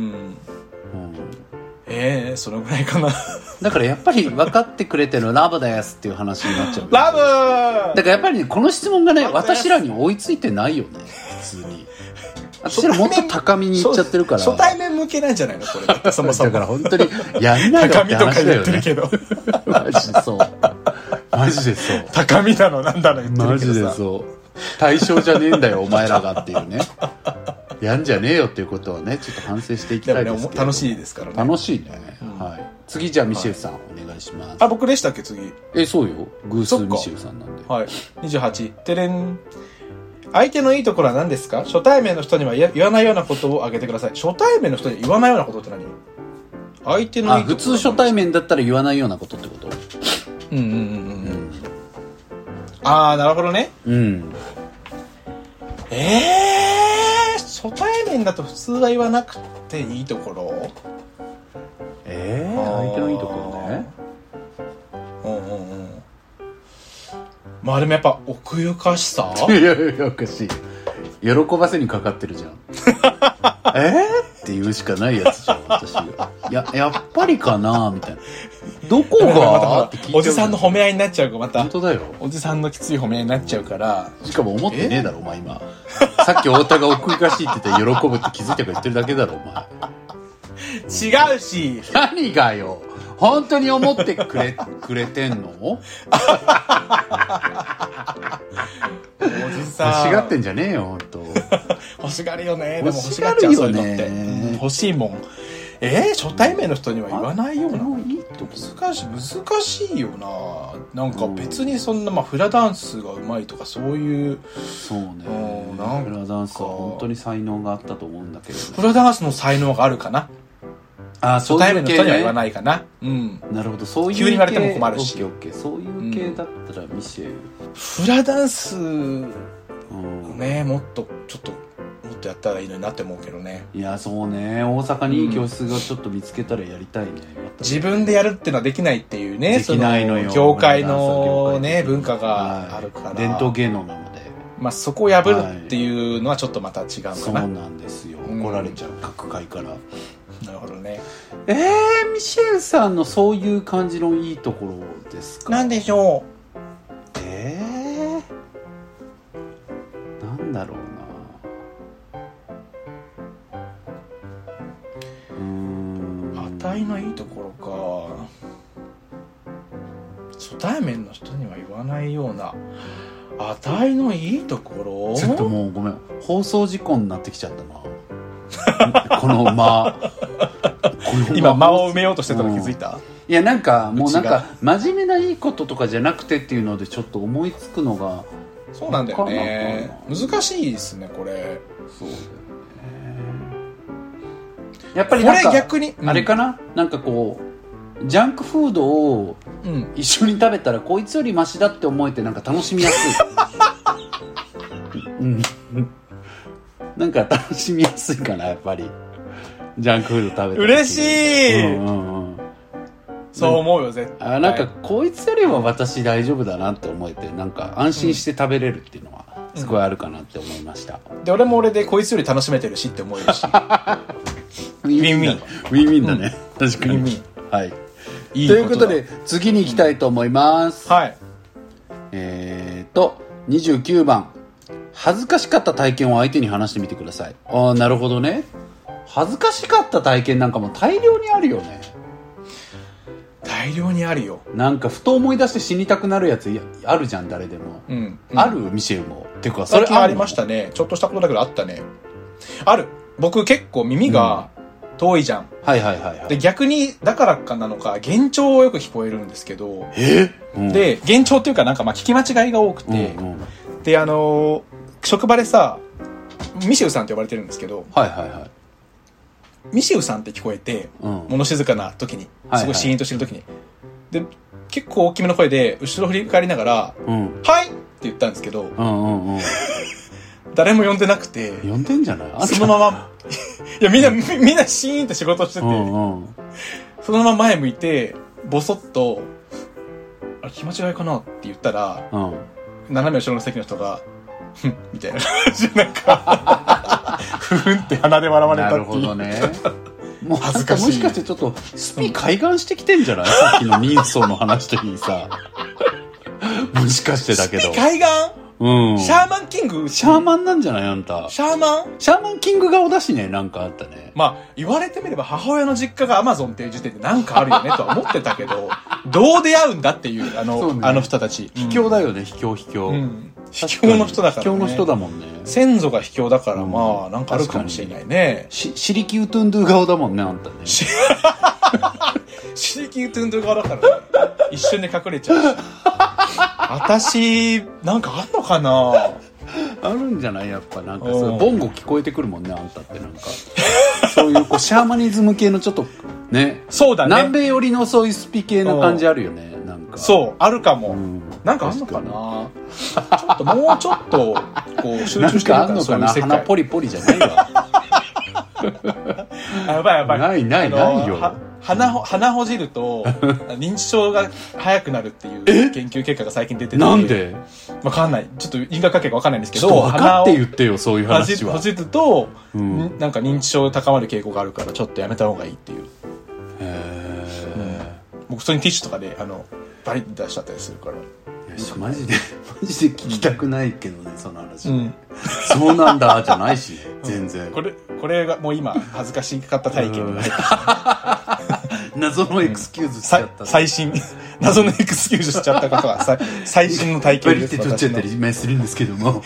A: ええー、そのぐらいかな
B: だからやっぱり分かってくれてるラブですっていう話になっちゃう。
A: ラブ
B: だからやっぱりねこの質問がね私らに追いついてないよね普通に。私らもっと高みに行っちゃってるから。
A: 初対面向けなんじゃないのこれだってそもそも。
B: だから本当にやんないよって話だよね。高みとか言ってるけどマジでそうマジでそう
A: 高みだのなんだの言ってるけどさ
B: マジでそう対象じゃねえんだよお前らがっていうねやんじゃねえよっていうことはねちょっと反省していきたいですけど、
A: ね、楽しいですからね。
B: 楽しいね、うんはい、次じゃあミシェルさん、はい、お願いします。
A: あ僕でしたっけ次。
B: えそうよ偶数ミシェルさんなんで。
A: はいにじゅうはちてれん。相手のいいところは何ですか。初対面の人には言わないようなことを挙げてください。初対面の人に言わないようなことって何。相手のいいところ。
B: あ普通初対面だったら言わないようなことってこと。
A: うんうんうんうん、うん、ああなるほどね。うんええー、初対面だと普通は言わなくていいところ。
B: ええー、相手のいいところね。
A: うんうんうん。まあでもやっぱ奥ゆかしさ。
B: いやいやおかしい。喜ばせにかかってるじゃんえーって言うしかないやつじゃん私が。ややっぱりかなみたいな。どこがって聞いちゃう。
A: おじさんの褒め合いになっちゃうからまた。
B: 本当だよ。
A: おじさんのきつい褒め合いになっちゃうから。
B: しかも思ってねえだろお前今。さっき太田が奥ゆかしいって言って喜ぶって気づいたから言ってるだけだろお前。
A: 違うし。
B: 何がよ。本当に思ってくれくれてんの？おじさん欲しがってんじゃねえよ本当。
A: 欲しがるよね。でも欲しがっちゃうよね、うん。欲しいもん。えー、初対面の人には言わないような。難しい難しいよな。なんか別にそんなまあフラダンスがうまいとかそういう。
B: そうね。うん、なんかフラダンスは本当に才能があったと思うんだけど、ね。
A: フラダンスの才能があるかな。あ初対面の人には言わないかな。うん。
B: なるほどそういう系。
A: 急に言われても困るし。
B: オッケーオッケーそういう系だったらミシェル。
A: フラダンス、うん、ねもっとちょっともっとやったらいいのになって思うけどね。
B: いやそうね大阪にいい教室がちょっと見つけたらやりたいね。うん、
A: 自分でやるっていうのはできないっていうね。
B: できないのよ。
A: 業界のね文化があるから、はい、
B: 伝統芸能なので。
A: まあそこを破るっていうのはちょっとまた違うかな。
B: そうなんですよ。怒られちゃう、うん、各界から。
A: なるほどね。
B: えー、ミシェルさんのそういう感じのいいところですか。
A: なんでしょう。
B: えー、なんだろうな。うーん。
A: あたいのいいところか。初対面の人には言わないような。あたいのいいところ。
B: ちょっともうごめん。放送事故になってきちゃったな。この間
A: 今間を埋めようとしてたの気づいた、うん、
B: いやなんかもうなんか真面目ないいこととかじゃなくてっていうのでちょっと思いつくのが
A: そうなんだよね。難しいですねこれ。
B: そうだよね。 やっぱりなんか
A: これ逆に、
B: うん、あれかな、なんかこうジャンクフードを一緒に食べたら、うん、こいつよりマシだって思えてなんか楽しみやすいうん、なんか楽しみやすいかな、やっぱりジャンクフード食べたら
A: 嬉しい、うんうんうん、そう思うよ絶対。
B: あ、なんかこいつよりは私大丈夫だなって思えて、なんか安心して食べれるっていうのはすごいあるかなって思いました、
A: うん、で俺も俺でこいつより楽しめてるしって思えるしウィンウィン
B: ウィンウィンだね、うん、確かにウィンウィン、はい、いいということで次に行きたいと思います、
A: うん、はい。
B: えーとにじゅうきゅうばん、恥ずかしかった体験を相手に話してみてください。ああ、なるほどね。恥ずかしかった体験なんかも大量にあるよね。
A: 大量にあるよ。
B: なんかふと思い出して死にたくなるやつあるじゃん、誰でも、うんうん、あるミシェルもてか
A: それありましたね。ちょっとしたことだけどあったね。ある。僕結構耳が遠いじゃん、うん、
B: はいはいはい、はい、
A: で逆にだからかなのか幻聴をよく聞こえるんですけど、
B: え、うん、
A: で幻聴っていうかなんかまあ聞き間違いが多くて、うんうん、であのー、職場でさミシェルさんって呼ばれてるんですけど、
B: はいはいはい、
A: ミシェルさんって聞こえて、うん、物静かな時にすごいシーンとしてる時に、はいはい、で結構大きめの声で後ろ振り返りながら、うん、はいって言ったんですけど、うんうんうん、誰も呼んでなくて、
B: 呼んでんじゃない？
A: そのままいやみんな、うん、みんなシーンって仕事してて、うんうん、そのまま前向いてボソッとあれ気間違いかなって言ったら、うん、斜め後ろの席の人がふんみたいな感じでなんかふふんって鼻で笑われたっていう。なるほどね。
B: もう恥ずかしい。もしかしてちょっとスピ開眼してきてんじゃない？さっきの人相の話ときにさもしかしてだけど
A: スピ開眼、うん、シャーマンキング
B: シャーマンなんじゃないあんた。
A: シャーマン
B: シャーマンキング顔だしね。なんかあったね。
A: まあ言われてみれば母親の実家がアマゾンっていう時点でなんかあるよねとは思ってたけどどう出会うんだっていうあの、ね、あの人たち
B: 秘境だよね、秘境秘境、うん、
A: 秘境の人だからね。秘
B: 境の人だもんね。
A: 先祖が秘境だから、うん、まあなんかあるかもしれないね。
B: しシリキュートゥンドゥ顔だもんねあんたね。
A: シリキュートゥンドゥ顔だからね一瞬で隠れちゃうし私なんかあんのかな。
B: あるんじゃないやっぱなんかそうボンゴ聞こえてくるもんねあんたってなんかそういうこうシャーマニズム系のちょっとね、
A: そうだね、
B: 南米寄りのそういうスピ系な感じあるよね。なんか
A: そうあるかも、うん、なんかあんのかなちょっともうちょっとこう集中してるから。なんかあんのかな。
B: 鼻ポリポリじゃないわ
A: やばいやばい。
B: ないないないよ。
A: 鼻ほ、鼻ほじると認知症が早くなるっていう研究結果が最近出てて。
B: なんで
A: わかんない。ちょっと因果関係がわかんないんですけど、
B: ちょっと分かって言ってよそういう話は。
A: ほじると、うん、なんか認知症高まる傾向があるからちょっとやめた方がいいっていう。へー、うん、僕普通にティッシュとかであのバリッて出しちゃったりするから。
B: マジでマジで聞きたくないけどね、うん、その話、うん、そうなんだじゃないし全然、うん、
A: これこれがもう今恥ずかしかった体験が入って
B: 謎のエクスキューズしちゃった、
A: うん、最新謎のエクスキューズしちゃったことは最新の体験です。
B: バリって取っちゃったりするんですけども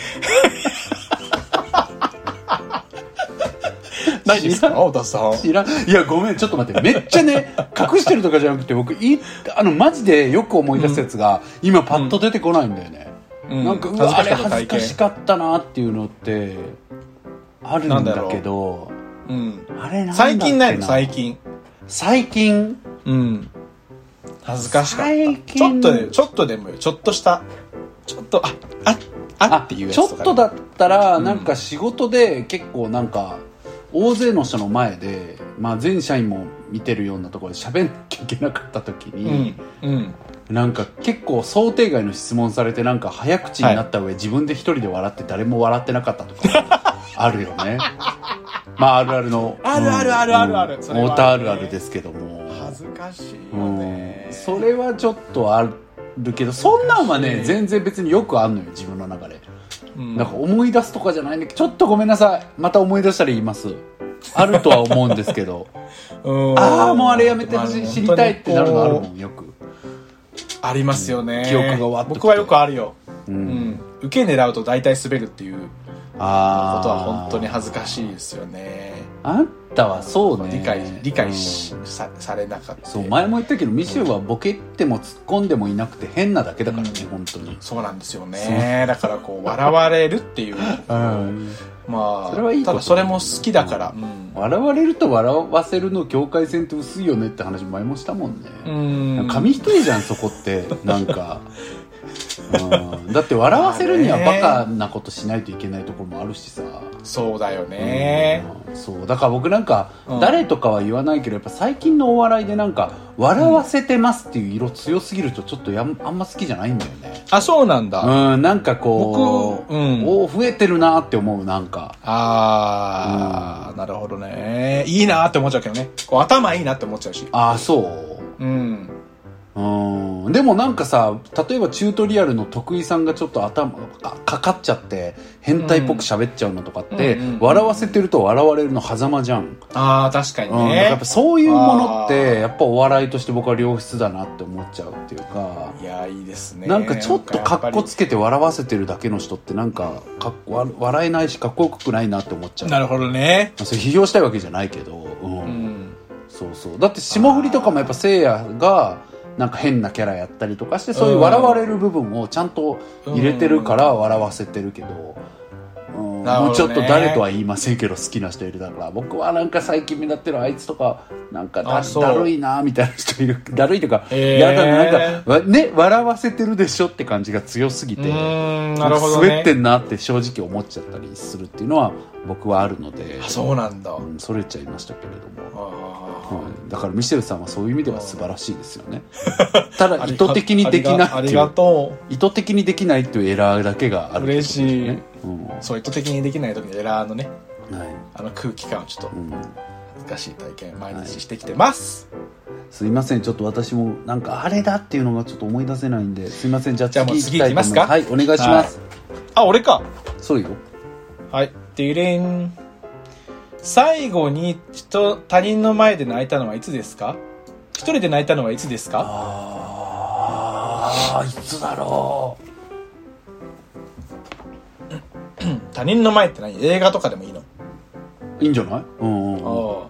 A: ないですか青田さん。
B: 知らん。いやごめんちょっと待って、めっちゃね隠してるとかじゃなくて僕いあのマジでよく思い出すやつが、うん、今パッと出てこないんだよね、うん、なんかうわあれ恥ずかしかったなっていうのってあるんだけど、
A: うん、あれなんだっけな。最近ないの最近
B: 最近
A: うん恥ずかしかった。ちょっとでちょっとでもよ、ちょっとしたちょっとあああっていうやつとか、ね、
B: ちょっとだったらなんか仕事で結構なんか大勢の人の前で、まあ、全社員も見てるようなところで喋んなきゃいけなかった時に、うんうん、なんか結構想定外の質問されてなんか早口になった上、はい、自分で一人で笑って誰も笑ってなかったとかあるよねまああるあるの
A: あるあるあるあるある、うん、
B: モーターあるあるですけども
A: 恥ずかしいよね、
B: うん、それはちょっとあるけどそんなんはね全然別によくあんのよ自分の中で。なんか思い出すとかじゃないんだけどちょっとごめんなさいまた思い出したら言いますあるとは思うんですけどああもうあれやめてほしい、知りたいってなるのあるもんよく
A: ありますよね、
B: うん、記憶がわっと
A: 僕はよくあるよ、うんうん、受け狙うと大体滑るっていうことは本当に恥ずかしいですよね。
B: あんたはそうね
A: 理解理解し、うん、さ, されなかった。
B: そう前も言ったけどミシェルはボケっても突っ込んでもいなくて変なだけだからね、うん、本当に
A: そうなんですよね。だからこう笑われるっていう、うん、 まあ
B: それはいいこと
A: ただそれも好きだから、うん
B: うん、笑われると笑わせるの境界線って薄いよねって話前もしたもんね。
A: うん
B: 紙一重じゃんそこってなんかうん、だって笑わせるにはバカなことしないといけないところもあるしさ。
A: そうだよね、
B: うん、そうだから僕なんか、うん、誰とかは言わないけどやっぱ最近のお笑いでなんか笑わせてますっていう色強すぎるとちょっとやあんま好きじゃないんだよね。
A: あ、そうなんだ。
B: うんなんかこう、うん、お増えてるなって思うなんか。
A: ああ、うん、なるほどね。いいなって思っちゃうけどね。こう頭いいなって思っちゃうし。
B: ああそう
A: うん
B: うんでもなんかさ例えばチュートリアルの徳井さんがちょっと頭かかっちゃって変態っぽく喋っちゃうのとかって、うん、笑わせてると笑われるの狭間じゃん。
A: ああ確かにね、
B: うん、だからやっぱそういうものってやっぱお笑いとして僕は良質だなって思っちゃうっていうか。
A: いやいいですね。
B: なんかちょっとかっこつけて笑わせてるだけの人ってなんかかっ笑えないしかっこよくないなって思っちゃう。
A: なるほどね。
B: それ批評したいわけじゃないけど、うんうん、そうそうだって霜降りとかもやっぱせいやがなんか変なキャラやったりとかしてそういう笑われる部分をちゃんと入れてるから笑わせてるけど、うんうん、もうちょっと誰とは言いませんけど好きな人いるだから僕はなんか最近目立ってるあいつとかなんか だ, だるいなみたいな人いる。だるいとかやだななんかね笑わせてるでしょって感じが強すぎて、
A: なるほどね、
B: 滑ってんなって正直思っちゃったりするっていうのは僕はあるので。
A: あそうなんだ、
B: うん、それちゃいましたけれども。はい、だからミシェルさんはそういう意味では素晴らしいですよね。ただ意図的にできないっていう
A: ありがとう。
B: 意図的にできないっていうエラーだけがあるってことですね。
A: 嬉しい、うん、そう意図的にできない時のエラーのね、
B: はい、
A: あの空気感をちょっと難しい体験毎日してきてます、はい、
B: すいませんちょっと私もなんかあれだっていうのがちょっと思い出せないんですいません。じゃあ次
A: 次行きますか。
B: はいお願いします、はい、
A: あ俺か。
B: そうよ。
A: はいでれん最後に人他人の前で泣いたのはいつですか。一人で泣いたのはいつですか。
B: ああいつだろ
A: う他人の前って何。映画とかでもいいの。
B: いいんじゃない。うんうん、
A: あ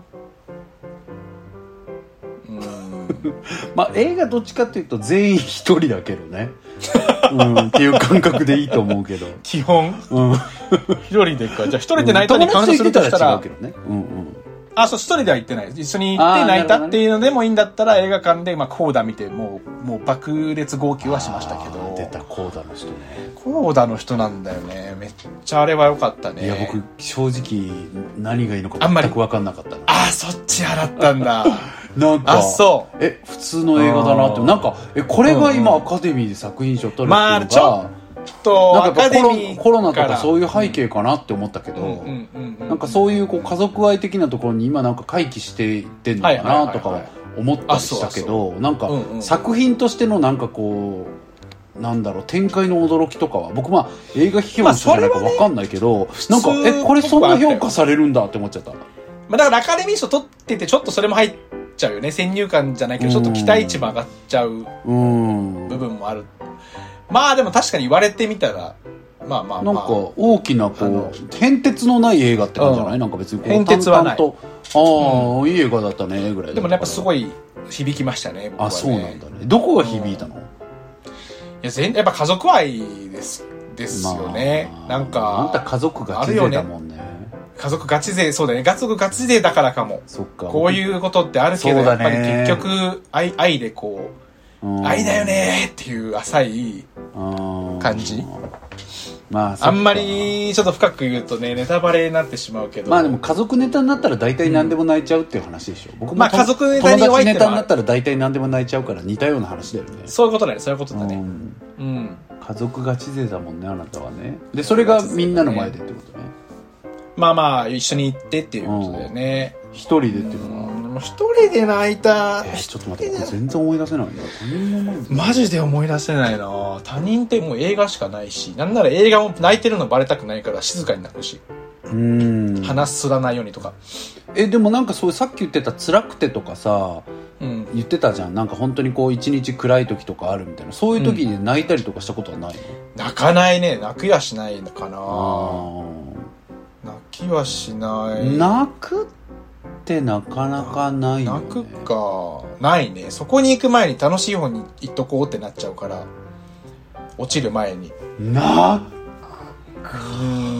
B: まあ映画どっちかっていうと全員一人だけどねうん、っていう感覚でいいと思うけど
A: 基本、うん、一人でか。じゃあ一人で泣いたに関するとしたら、うん、友達と行ってたら違うけどね、うんうん、あそう一人では行ってない。一緒に行って泣いたっていうのでもいいんだったら映画館でまあコーダ見てもうもう爆裂号泣はしましたけど。
B: 出たコーダの人ね。
A: コーダの人なんだよね。めっちゃあれは良かったね。
B: いや僕正直何がいいのか全く分かんなかったな。
A: ああそっち派だったんだ
B: なんか
A: あそう
B: え普通の映画だなってなんかえこれが今アカデミーで作品賞取るっていうのが、まあ、ちょっとアカデミーコロナとかそういう背景かなって思ったけどなんかそういうこう家族愛的なところに今なんか回帰していってんのかなとか思ったりしたけどなんか作品としてのなんかこうなんだろう展開の驚きとかは僕まあ映画批評の人じゃないか分かんないけど、まあね、なんかえこれそんな評価されるんだって思っちゃった。ま
A: あ、だからアカデミー賞取っててちょっとそれも入っちゃうよね。先入観じゃないけどちょっと期待値も上がっちゃう部分もある。まあでも確かに言われてみたらまあまあまあ
B: なんか大きなこう変哲のない映画って感じじゃない、うん、なんか別にこう
A: 変哲はない
B: とああ、うん、いい映画だったねぐらい
A: でもねやっぱすごい響きましたね。僕はね。
B: あそうなんだね。どこが響いたの。うん、い
A: や全やっぱ家族愛ですですよね、まあ、なんか
B: あんた家族ガチ勢だもんね。
A: 家族ガチ勢そうだね。家族ガチ勢だからかも。
B: そっか
A: こういうことってあるけど、やっぱり結局 愛, 愛でこう愛だよねっていう浅い感じ。まああんまりちょっと深く言うとねネタバレになってしまうけど、
B: まあでも家族ネタになったら大体何でも泣いちゃうっていう話でしょ、うん、僕も、
A: まあ、家族ネタに弱いってのは
B: 友達ネタになったら大体何でも泣いちゃうから似たような話だよね。
A: そういうことだねそういうことだね、
B: うんうん、家族ガチ勢だもんねあなたはね。でそれがみんなの前でってことね。
A: まあまあ一緒に行ってっていうことだよね。
B: 一人でっていうのは
A: 一人で泣いた、
B: えー、ちょっと待って全然思い出せないな。他人の前で
A: マジで思い出せないな。他人ってもう映画しかないしなんなら映画も泣いてるのバレたくないから静かに泣くし
B: うーん
A: 話すらないようにとか。
B: えでもなんかそういうさっき言ってた辛くてとかさ、
A: うん、
B: 言ってたじゃん。なんか本当にこう一日暗い時とかあるみたいなそういう時に泣いたりとかしたことはないの、
A: うん、泣かないね。泣くやしないのかな。
B: あ
A: 泣きはしない。
B: 泣くってなかなかないよね。
A: 泣くかないね。そこに行く前に楽しい方に行っとこうってなっちゃうから落ちる前に
B: 泣く
A: うーん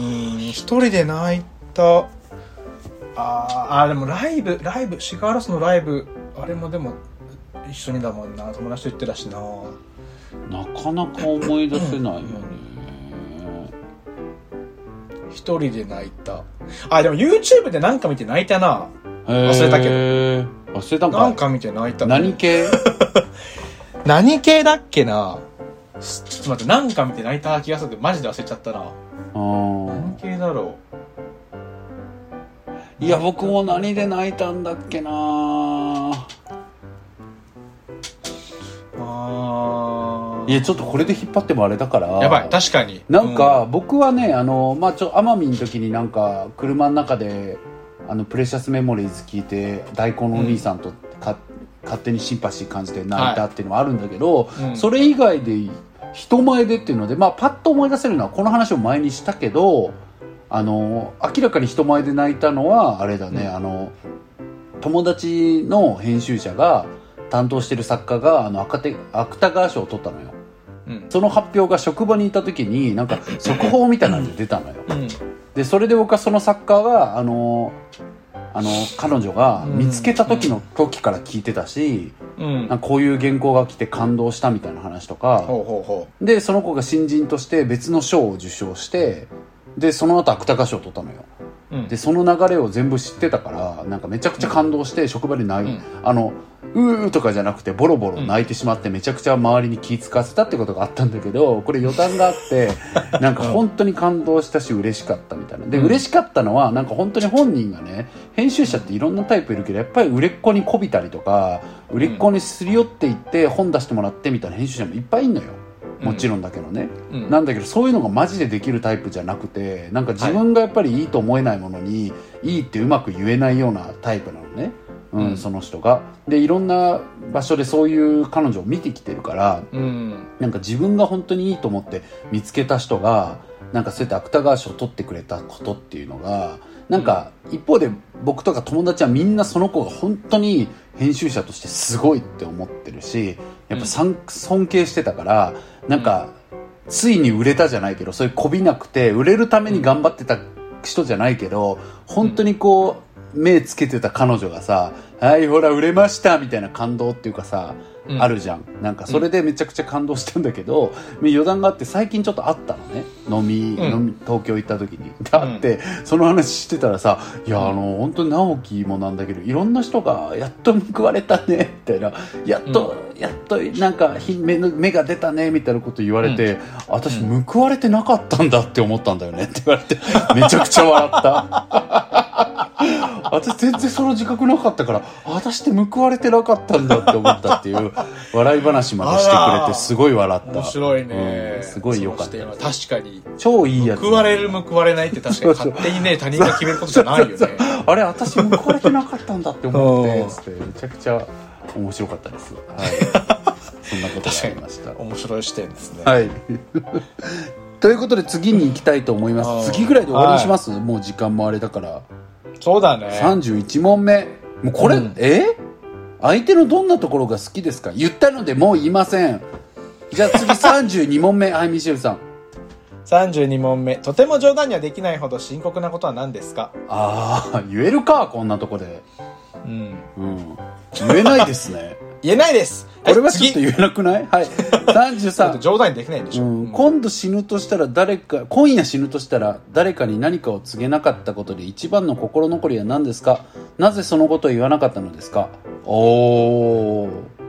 A: 一人で泣いた。あー、でもライブ、ライブ、シガーラスのライブ、あれもでも一緒にだもんな、友達と行ってたしな。
B: なかなか思い出せないよね。
A: 一人で泣いた。あ、でも YouTube でなんか見て泣いたな。忘れたけど。
B: 忘れたんか。
A: なんか見て泣いた。
B: 何系
A: 何系だっけな。ちょっと待って、なんか見て泣いた気がするけど、マジで忘れちゃったな。
B: あー、
A: 何系だろ
B: う。いや、僕も何で泣いたんだっけな。
A: あ
B: いや、ちょっとこれで引っ張ってもあれだから。
A: やばい、確かに。
B: なんか、僕はね、あの、まあ、ちょ、奄美の時になんか、車の中で、あの、プレシャスメモリーズ聞いて、大根のお兄さんとか、うん、勝手にシンパシー感じて泣いたっていうのはあるんだけど、はい、それ以外で人前でっていうので、まあ、パッと思い出せるのはこの話を前にしたけど、あの明らかに人前で泣いたのはあれだね、うん、あの友達の編集者が担当してる作家があの芥川賞を取ったのよ、うん、その発表が職場にいた時になんか速報みたいなので出たのよ、うん、でそれで僕はその作家があのあの彼女が見つけた時の時から聞いてたし、うん、なんかこういう原稿が来て感動したみたいな話とか、ほうほうほう、でその子が新人として別の賞を受賞して、でその後芥川賞を取ったのよ、うん、でその流れを全部知ってたからなんかめちゃくちゃ感動して職場で泣い、うん、あのうーとかじゃなくてボロボロ泣いてしまってめちゃくちゃ周りに気使わせたってことがあったんだけど、これ余談があってなんか本当に感動したし嬉しかったみたいなで、嬉しかったのはなんか本当に本人がね、編集者っていろんなタイプいるけどやっぱり売れっ子にこびたりとか売れっ子にすり寄っていって本出してもらってみたいな編集者もいっぱいいんのよ、もちろんだけどね、うん、なんだけどそういうのがマジでできるタイプじゃなくて、なんか自分がやっぱりいいと思えないものに、はい、いいってうまく言えないようなタイプなのね、うんうん、その人がでいろんな場所でそういう彼女を見てきてるから、うん、なんか自分が本当にいいと思って見つけた人がなんかそうやって芥川賞を取ってくれたことっていうのがなんか一方で僕とか友達はみんなその子が本当に編集者としてすごいって思ってるしやっぱ尊敬してたからなんかついに売れたじゃないけどそういうこびなくて売れるために頑張ってた人じゃないけど本当にこう目つけてた彼女がさはいほら売れましたみたいな感動っていうかさ、うん、あるじゃん。なんかそれでめちゃくちゃ感動したんだけど、うん、余談があって最近ちょっと会ったのね飲み、うん、飲み東京行った時に会って、うん、その話してたらさいやあの本当に直樹もなんだけどいろんな人がやっと報われたねみたいなやっと、うん、やっとなんか目の目が出たねみたいなこと言われて、うん、私報われてなかったんだって思ったんだよねって言われてめちゃくちゃ笑った私全然その自覚なかったから私って報われてなかったんだって思ったっていう笑い話までしてくれてすごい笑った。
A: 面白いね、
B: うん、すごい良かった。
A: 確かに
B: 超いいやつ、ね、
A: 報われる報われないって確かに勝手にね他人が決めることじゃないよね
B: そうそうそうあれ私報われてなかったんだって思ってつってめちゃくちゃ面白かったです、はい、そんなことがありました。
A: 面白い視点ですね。
B: はいということで次に行きたいと思います。次ぐらいで終わりにします、はい、もう時間もあれだから。
A: そうだね。
B: さんじゅういちもんめ。もうこれ、うん、え相手のどんなところが好きですか？言ったのでもう言いません。じゃあ次さんじゅうにもんめ。はい、ミシェルさん。
A: さんじゅうにもんめ。とても冗談にはできないほど深刻なことは何ですか？
B: ああ、言えるか、こんなとこで。うん。うん。言えないですね。
A: 言えないです。
B: これはちょっと言えなくない？はい。さんじゅうさん。
A: 冗談にできないんでしょ、うん。
B: 今度死ぬとしたら誰か、今夜死ぬとしたら誰かに何かを告げなかったことで一番の心残りは何ですか？なぜそのことを言わなかったのですか？おー。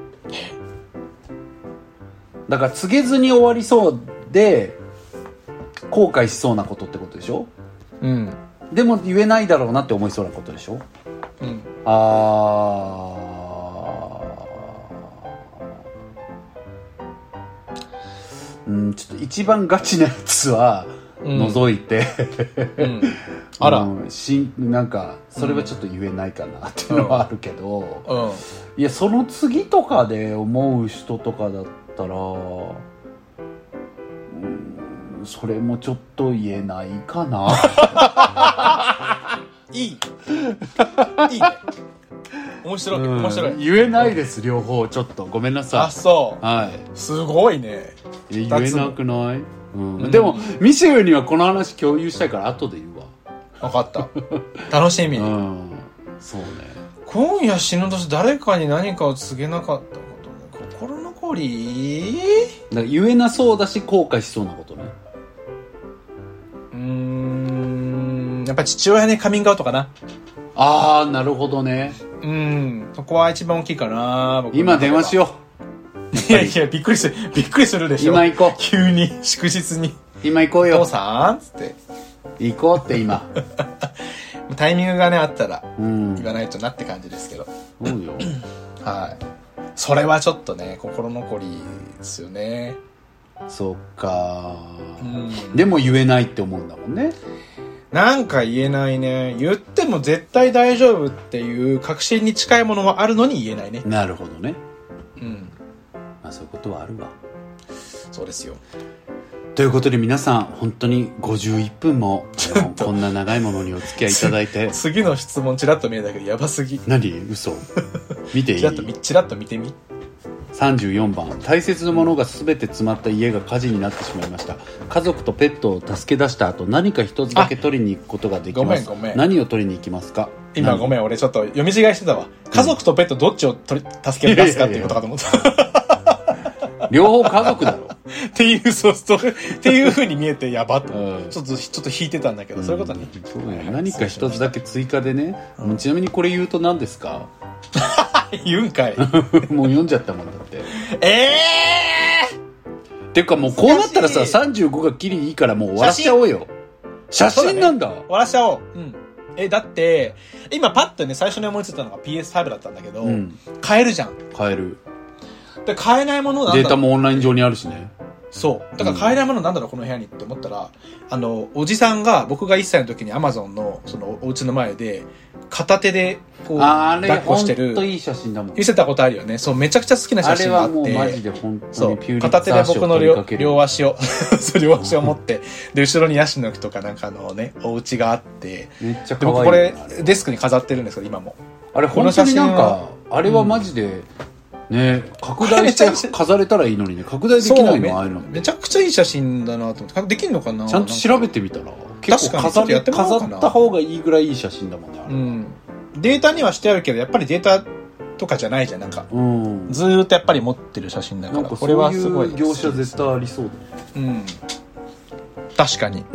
B: だから告げずに終わりそうで、後悔しそうなことってことでしょ？うん。でも言えないだろうなって思いそうなことでしょ？うん。あー。うん、ちょっと一番ガチなやつは除いて、うんうん、あら、うん、しなんかそれはちょっと言えないかなっていうのはあるけど、うんうん、いやその次とかで思う人とかだったら、うん、それもちょっと言えないかないいいいね面白い、うん、面白い。言えないです、両方。ちょっとごめんなさい。
A: あ、そう。
B: はい。
A: すごいね。
B: 言えなくない？うん、でもミシェルにはこの話共有したいから後で言うわ。
A: 分かった楽しみ、うん、
B: そうね。
A: 今夜死ぬとして誰かに何かを告げなかったことね。心残り
B: だから言えなそうだし後悔しそうなことね。
A: うーん、やっぱ父親にカミングアウトかな。
B: ああ、なるほどね。
A: うん、そこは一番大きいかな。僕
B: 今電話しよ
A: う。いやいや、びっくりする、びっくりするでしょ。
B: 今行こう。
A: 急に、祝日に。
B: 今行こうよ。
A: 父さんつって。
B: 行こうって今。
A: タイミングがね、あったら、言わないとなって感じですけど。
B: うん、そうよ。
A: はい。それはちょっとね、心残りですよね。
B: そっか、
A: うん。
B: でも言えないって思うんだもんね。
A: なんか言えないね。言っても絶対大丈夫っていう確信に近いものはあるのに言えないね。
B: なるほどね。
A: うん。
B: まあそういうことはあるわ。
A: そうですよ。
B: ということで皆さん本当にごじゅういっぷんもこんな長いものにお付き合いいただいて
A: 次の質問チラッと見えたけどやばすぎ。
B: 何？嘘？見ていい？
A: チラッとチラッと見てみ。
B: さんじゅうよんばん、大切なものが全て詰まった家が火事になってしまいました。家族とペットを助け出した後何か一つだけ取りに行くことができます。
A: ごめんごめん。
B: 何を取りに行きますか？
A: 今ごめん、俺ちょっと読み違いしてたわ。家族とペットどっちを取り助け出すかっていうことかと思った
B: 両方家族だろ
A: っていう、そうそうっていう風に見えてやばっと、うん、ちょっとちょっと引いてたんだけど、うん、そういうことね。
B: そうね。何か一つだけ追加でね、うん、ちなみにこれ言うと何ですか？
A: 言うんかい。
B: もう読んじゃったもんだって。
A: ええ
B: ー、てかもうこうなったらささんじゅうごがきりいいからもう終わらしちゃおうよ。写真、写真なんだ、ね、
A: 終わらしちゃおう。うん。えだって今パッとね最初に思いついたのが ピーエスファイブ だったんだけど、うん、買えるじゃん。
B: 買える。
A: で買えないものなんだろう。
B: データもオンライン上にあるしね。
A: そうだから買えないものなんだろうこの部屋にって思ったら、あのおじさんが僕がいっさいの時に Amazon のそのお家の前で片手でこう抱っこしてる。
B: あれほんといい写真だもん。
A: 見せたことあるよね。そうめちゃくちゃ好きな写真があって。
B: あれはもうマジで本当にピューリッツァー
A: 片手で僕の 両, 両足を両足を持ってで後ろにヤシの木とかなんかのねお家があって
B: めっちゃ可愛い、ね、
A: で僕これデスクに飾ってるんですけど今も
B: あれ本当になんかあれはマジで、うんね、拡大して飾れたらいいのにね、拡大できないのああいうの め,
A: めちゃくちゃいい写真だなと思ってできるのかな。
B: ちゃんと調べてみたら結構飾れ飾った方がいいぐらいいい写真だもんね、
A: うん、データにはしてあるけどやっぱりデータとかじゃないじゃんなんか、うん、ずーっとやっぱり持ってる写真だからこれはすごい
B: 業者絶対ありそうだね。
A: うん確かに、
B: うん、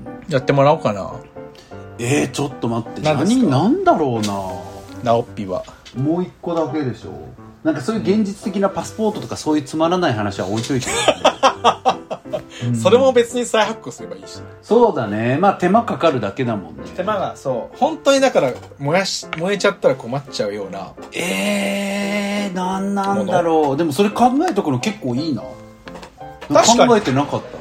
A: やってもらおうかな。
B: えー、ちょっと待って何なんだろうな。
A: ナオッピは
B: もう一個だけでしょ。なんかそういう現実的なパスポートとかそういうつまらない話は置いといて、
A: うん、それも別に再発行すればいいし。
B: そうだね。まあ手間かかるだけだもんね。
A: 手間がそう本当にだから燃やし燃えちゃったら困っちゃうような。
B: えーなんなんだろう。でもそれ考えとくの結構いいな。
A: 確かに
B: 考えてなかった。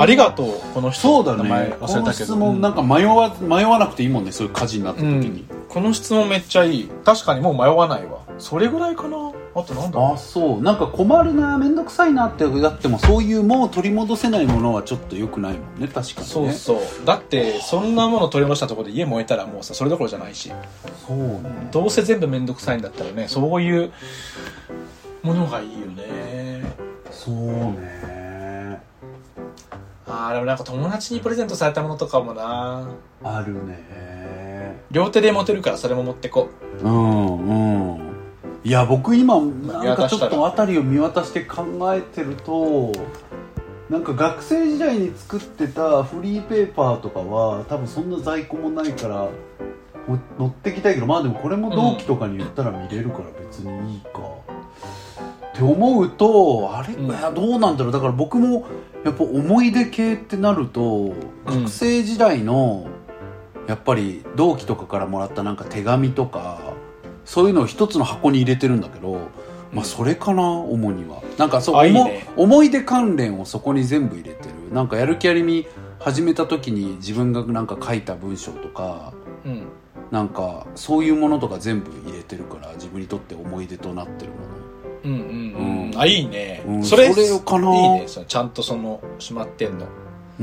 A: ありがとうこの人。
B: そうだね。
A: 名前忘れたけど。
B: この質問なんか迷わ迷わなくていいもんね。そういう火事になった時に、うん、
A: この質問めっちゃいい。確かにもう迷わないわ。それぐらいかな。あとなんだろう。
B: あ、そうなんか困るなめんどくさいなってだってもそういうもう取り戻せないものはちょっと良くないもんね。確かにね。
A: そうそうだってそんなもの取り戻したところで家燃えたらもうさそれどころじゃないし。
B: そうね。
A: どうせ全部めんどくさいんだったらねそういうものがいいよね。
B: そうね。
A: あーでもなんか友達にプレゼントされたものとかもな
B: あるね。
A: 両手で持てるからそれも持ってこ
B: う。うんうん。いや僕今なんかちょっと辺りを見渡して考えてるとなんか学生時代に作ってたフリーペーパーとかは多分そんな在庫もないから持ってきたいけどまあでもこれも同期とかに言ったら見れるから別にいいか、うん、って思うとあれ、うん、いやどうなんだろう。だから僕もやっぱ思い出系ってなると学生時代のやっぱり同期とかからもらったなんか手紙とかそういうのを一つの箱に入れてるんだけど、まあそれかな主には。なんかそういい、ね、思い出関連をそこに全部入れてる。なんかやる気ありみ始めた時に自分がなんか書いた文章とか、うん、なんかそういうものとか全部入れてるから自分にとって思い出となってるもの。
A: うんうんうん。うん、あいいね。
B: うん、それ
A: それ
B: かな。
A: いいね。ちゃんとそのしまってんの。
B: うん。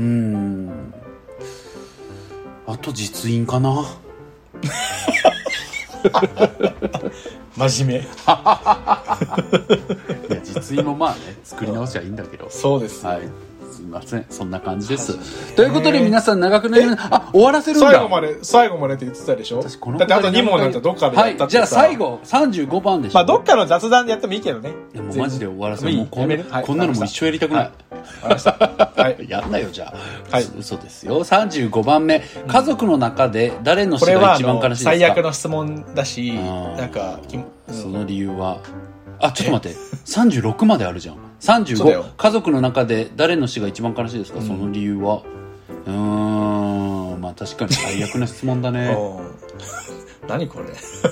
B: あと実印かな。
A: 真面目。い
B: や実印もまあね作り直しはいいんだけど。
A: そうです、
B: はい、 すみません、そんな感じです。ということで皆さん長くなりました。あ、終わらせるんだ。
A: 最後まで、最後までって言ってたでしょ。私このだってあとに問なんてどっかでやったってさ。
B: はい、じゃあ最後、さんじゅうごばんでしょ。
A: まあどっかの雑談でやってもいいけどね。
B: いやもうマジで終わらせる。もうこんな、はい、こんなのも一生やりたくない。はい
A: はい、
B: やんなよ、じゃあ。はい。嘘ですよ。さんじゅうごばんめ。家族の中で誰の死が一番悲しいですか？
A: 最悪の質問だし、なんか、
B: うん、その理由は、あ、ちょっと待って。さんじゅうろくまであるじゃん。さんじゅうご。家族の中で誰の死が一番悲しいですか？うん、その理由は。うーん。まあ確かに最悪な質問だね。
A: 何これ。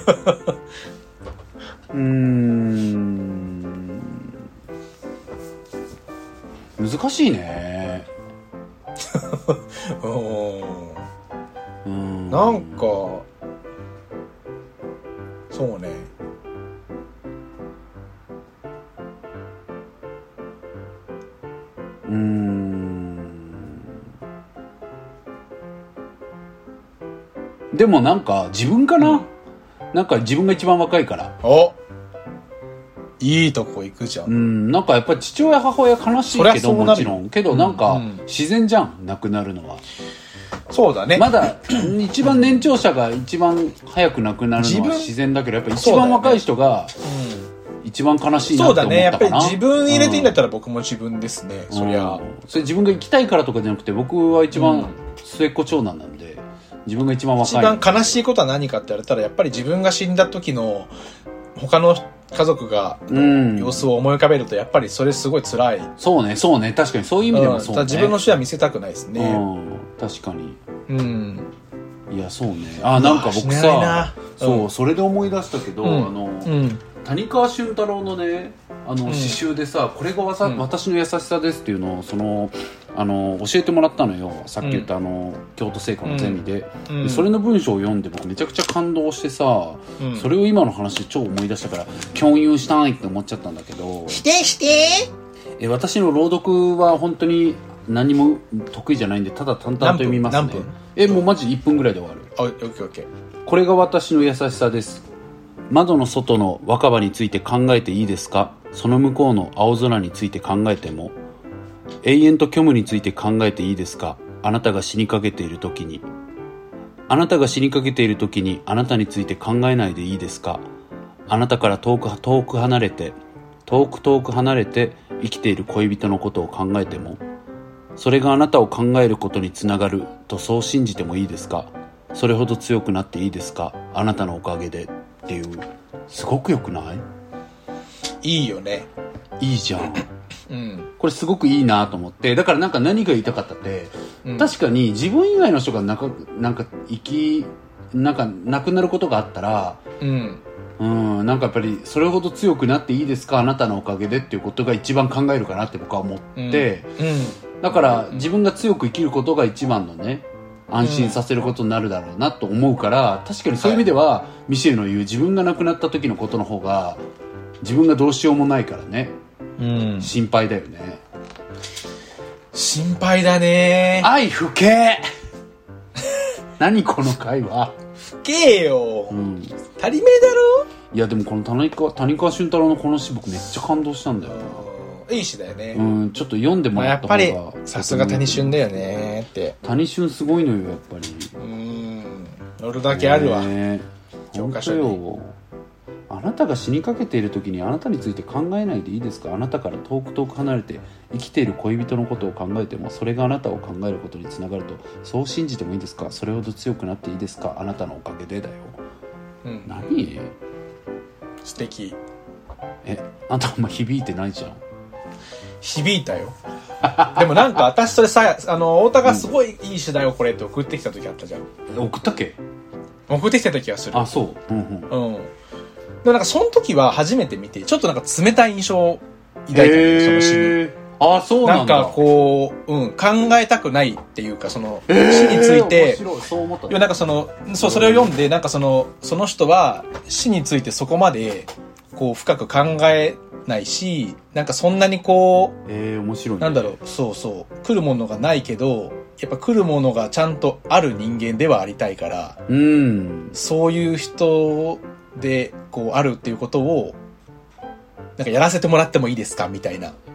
B: うーん。難しいね。
A: うん。なんか、そうね。
B: うーん。でもなんか自分かな、うん、なんか自分が一番若いから。
A: お、いいとこ行くじゃん。
B: うん、なんかやっぱり父親母親悲しいけどもちろんけどなんか自然じゃん、亡くなるのは。
A: そうだね。
B: まだ一番年長者が一番早く亡くなるのは自然だけどやっぱ一番若い人が一番悲しいなって思ったかな。そうだね。
A: やっぱり自分入れていいんだったら僕も自分ですね。うん、そりゃ。
B: それ自分が生きたいからとかじゃなくて僕は一番末っ子長男なんで自分が一番若い。
A: 一番悲しいことは何かって言われたらやっぱり自分が死んだ時の他の家族が様子を思い浮かべるとやっぱりそれすごい辛い、うん、
B: そうねそうね確かにそういう意味でもそうね、
A: うん、自分の死は見せたくないですね、
B: うん、確かに、
A: うん、
B: いやそうねあなんか僕さ、うん、そうそれで思い出したけど、うん、あの、うん、谷川俊太郎のねあの、うん、詩集でさこれがわさ、うん、私の優しさですっていうのをそのあの教えてもらったのよさっき言った、うん、あの京都精華のゼミ で,、うん、でそれの文章を読んで僕めちゃくちゃ感動してさ、うん、それを今の話で超思い出したから共有したいって思っちゃったんだけど
A: してして
B: え私の朗読は本当に何も得意じゃないんでただ淡々と読みますね。
A: 何分？
B: えもうマジいっぷんぐらいで終わる。
A: あ、オッケーオッケー。
B: これが私の優しさです。窓の外の若葉について考えていいですか？その向こうの青空について考えても永遠と虚無について考えていいですか？あなたが死にかけている時にあなたが死にかけている時にあなたについて考えないでいいですか？あなたから遠く遠く離れて遠く遠く離れて生きている恋人のことを考えてもそれがあなたを考えることにつながるとそう信じてもいいですか？それほど強くなっていいですか？あなたのおかげでっていうすごくよくない？
A: いいよね。
B: いいじゃん、うん、これすごくいいなと思ってだからなんか何が言いたかったって、うん、確かに自分以外の人がなんかなんか生きなんか亡くなることがあったら、うんうん、なんかやっぱりそれほど強くなっていいですかあなたのおかげでっていうことが一番考えるかなって僕は思って、うんうん、だから自分が強く生きることが一番のね安心させることになるだろうなと思うから、確かにそういう意味では、はい、ミシェルの言う自分が亡くなった時のことの方が自分がどうしようもないからね、うん、心配だよね。
A: 心配だね。
B: 愛不敬何この会話
A: 不敬よ、うん、足りめえだろ。
B: いやでもこの谷川、谷川俊太郎のこの詩僕めっちゃ感動したんだよ。
A: いい詩だよね。
B: うん、ちょっと読んでもらった方が、まあ、
A: やっぱりさすが谷俊だよねって。
B: 谷俊すごいのよやっぱり。
A: うん、乗るだけあるわ、ね、教科書に。
B: あなたが死にかけている時にあなたについて考えないでいいですか？あなたから遠く遠く離れて生きている恋人のことを考えてもそれがあなたを考えることにつながるとそう信じてもいいですか？それほど強くなっていいですか？あなたのおかげでだよ、うん、何？
A: 素敵。
B: え、あんたあんま響いてないじゃん。
A: 響いたよでもなんか私それさあの太田がすごいいい詩だよこれって送ってきた時あったじゃん。
B: 送ったっけ？
A: 送ってきた時はする。
B: あ、そう。うんうん。うん。
A: でもなんかその時は初めて見てちょっとなんか冷たい印象を抱いたんだよその詩に。
B: あ、そうなんだ。
A: なんかこう、うん、考えたくないっていうかその詩について、面白いそう思った。いやなんかそのそうそれを読んでなんかそのその人は詩についてそこまでこう深く考えないし、なんかそんなにこう、
B: えー、面白いね。
A: なんだろう、そうそう、来るものがないけど、やっぱ来るものがちゃんとある人間ではありたいから、うん、そういう人でこうあるっていうことをなんかやらせてもらってもいいですかみたいな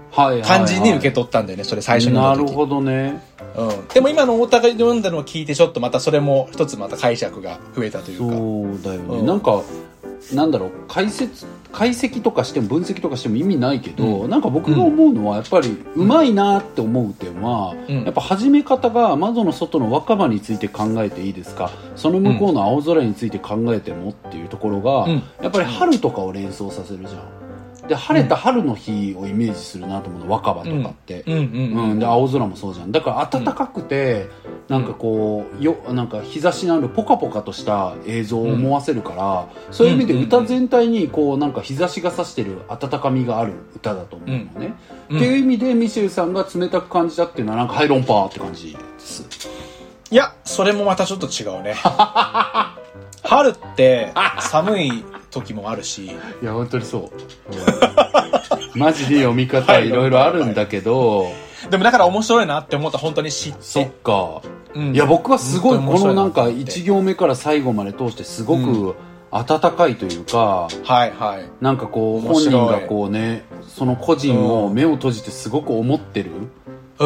A: 感じに受け取ったんだよね、それ最初に読んだ時。
B: なるほどね。
A: うん。でも今の太田が読んだのを聞いて、ちょっとまたそれも一つまた解釈が増えたというか。
B: そうだよね。
A: うん、
B: なんか、なんだろう、解説、解析とかしても分析とかしても意味ないけど、うん、なんか僕が思うのはやっぱりうまいなって思う点は、うん、やっぱ始め方が窓の外の若葉について考えていいですか、その向こうの青空について考えてもっていうところが、うん、やっぱり春とかを連想させるじゃん。で晴れた春の日をイメージするなと思うの、若葉とかって、うんうんうん、で青空もそうじゃん。だから暖かくて、うん、なんかこうよなんか日差しのあるポカポカとした映像を思わせるから、うん、そういう意味で歌全体にこうなんか日差しが差してる温かみがある歌だと思うのね、うん、っていう意味でミシェルさんが冷たく感じたっていうのはなんかハイロンパーって感じです。
A: いやそれもまたちょっと違うね春って寒い時もあるし、い
B: や本当にそうマジで読み方いろいろあるんだけど、
A: でもだから面白いなって思った本当に知って。
B: そっか、うん、いや僕はすごいこのなんかいち行目から最後まで通してすごく温かいというか、うん、はいはいなんかこう本人がこうねその個人を目を閉じてすごく思ってる、うん、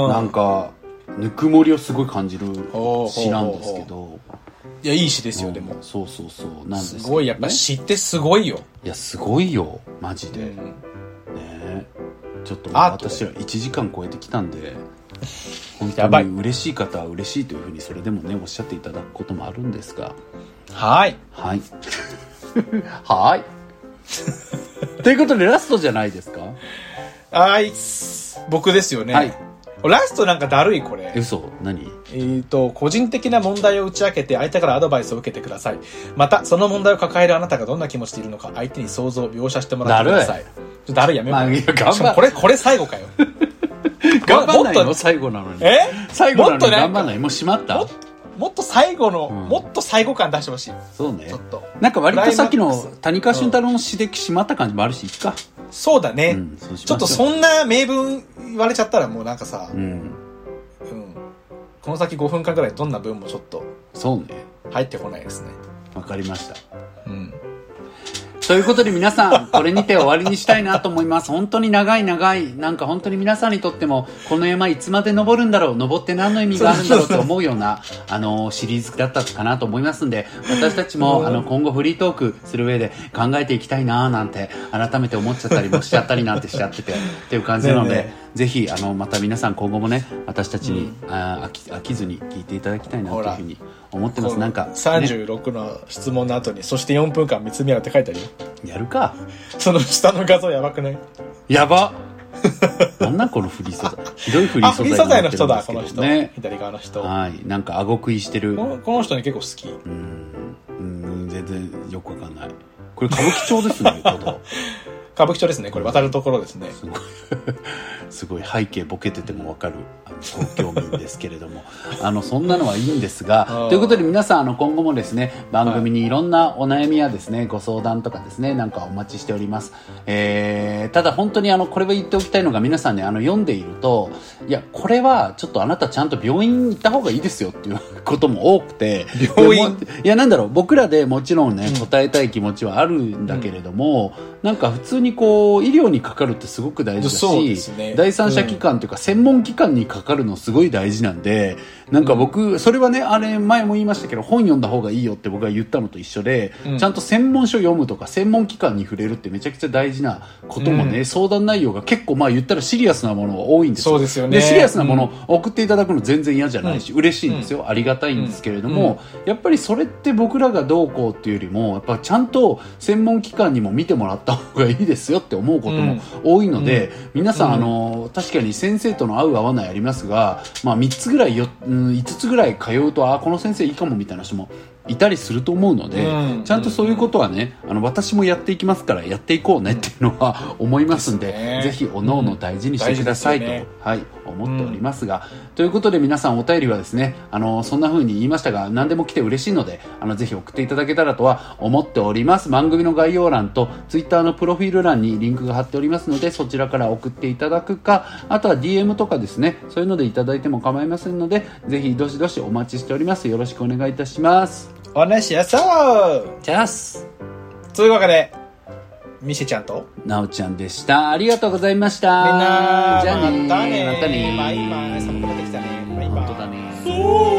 B: なんかぬくもりをすごい感じる詩なんですけど、
A: いやいい詩ですよ、うん、でも
B: そうそうそうなんです、ね、
A: すごいやっぱ詩ってすごいよ。
B: いやすごいよマジで、うん、ねちょっと私はいちじかん超えてきたんで本当に嬉しい方は嬉しいというふうにそれでもねおっしゃっていただくこともあるんですが、
A: はい
B: はいはいということでラストじゃないですか。
A: はい僕ですよね。はいラストなんかだるいこれ。
B: 嘘何？
A: えーと、個人的な問題を打ち明けて相手からアドバイスを受けてください。また、その問題を抱えるあなたがどんな気持ちでいるのか相手に想像、描写してもらってください。だるいやめよう。まあ、いや頑張これ、これ最後かよ。
B: 頑張んないの最後なのに。え最後なのに頑張んないもう閉まった
A: ももっと最後の、うん、もっと最後感出してほしい。
B: そうね。ちょっと。なんか割とさっきの谷川俊太郎の詩で閉まった感じもあるし、いっか。
A: そうだね、うん、そうしちょっとそんな名文言われちゃったらもうなんかさ、うんうん、この先ごふんかんぐらいどんな文もちょっと
B: そうね
A: 入ってこないですね。
B: わかりました、うんということで皆さんこれにて終わりにしたいなと思います。本当に長い長いなんか本当に皆さんにとってもこの山いつまで登るんだろう登って何の意味があるんだろうと思うようなあのシリーズだったかなと思いますんで、私たちもあの今後フリートークする上で考えていきたいななんて改めて思っちゃったりもしちゃったりなんてしちゃっててっていう感じなので、ねえねえぜひあのまた皆さん今後もね私たちに、うん、あ飽き、飽きずに聞いていただきたいなというふうに思ってます。なんか、ね、
A: さんじゅうろくの質問の後にそしてよんぷんかん見つめ合うって書いてあるよ。
B: やるか。
A: その下の画像やばくない？
B: やばなんなんこのフリー素材ひどいフリー素材になってるんですけど、ね、フリー素材の人だこの人、ね、左側の人はいなんか顎食いしてる
A: この、この人に結構好き。
B: うんうん全然よくわかんない。これ歌舞伎町ですね
A: 歌舞伎町ですね。これ渡るところですね。
B: すごいすごい背景ボケてても分かるあの東京民ですけれどもあのそんなのはいいんですがということで皆さんあの今後もですね番組にいろんなお悩みやですねご相談とかですねなんかお待ちしております、えー、ただ本当にあのこれは言っておきたいのが皆さんねあの読んでいるといやこれはちょっとあなたちゃんと病院行った方がいいですよっていうことも多くて
A: 病院
B: いやなんだろう僕らでもちろんね答えたい気持ちはあるんだけれども、うん、なんか普通にこう医療にかかるってすごく大事だし
A: そうですね
B: 第三者機関というか専門機関にかかるのすごい大事なんでなんか僕それはねあれ前も言いましたけど本読んだ方がいいよって僕が言ったのと一緒で、うん、ちゃんと専門書読むとか専門機関に触れるってめちゃくちゃ大事なこともね、うん、相談内容が結構まあ言ったらシリアスなものが多いんですよ。
A: そうですよね。
B: でシリアスなものを送っていただくの全然嫌じゃないし、うん、嬉しいんですよ、うん、ありがたいんですけれども、うん、やっぱりそれって僕らがどうこうっていうよりもやっぱちゃんと専門機関にも見てもらった方がいいですよって思うことも多いので、うん、皆さん、うん、あの確かに先生との合う合わないありますが、まあ、みっつぐらいよ、うん、いつつぐらい通うとあこの先生いいかもみたいな人もいたりすると思うので、うん、ちゃんとそういうことはねあの私もやっていきますからやっていこうねっていうのは思いますんで、ね、ぜひおのおの大事にしてくださいと、うんねはい、思っておりますが、うん、ということで皆さんお便りはですねあのそんな風に言いましたが何でも来て嬉しいのであのぜひ送っていただけたらとは思っております。番組の概要欄とツイッターのプロフィール欄にリンクが貼っておりますのでそちらから送っていただくかあとは ディーエム とかですねそういうのでいただいても構いませんのでぜひどしどしお待ちしております。よろしくお願いいたします。
A: お願いしやそう
B: チャス
A: というわけでミシェちゃんと
B: なおちゃんでした。ありがとうございました。
A: みんな
B: じゃあね
A: またね
B: またね
A: バイバイ。寒くなってきたね。バイバイ。
B: 本当だね。
A: そう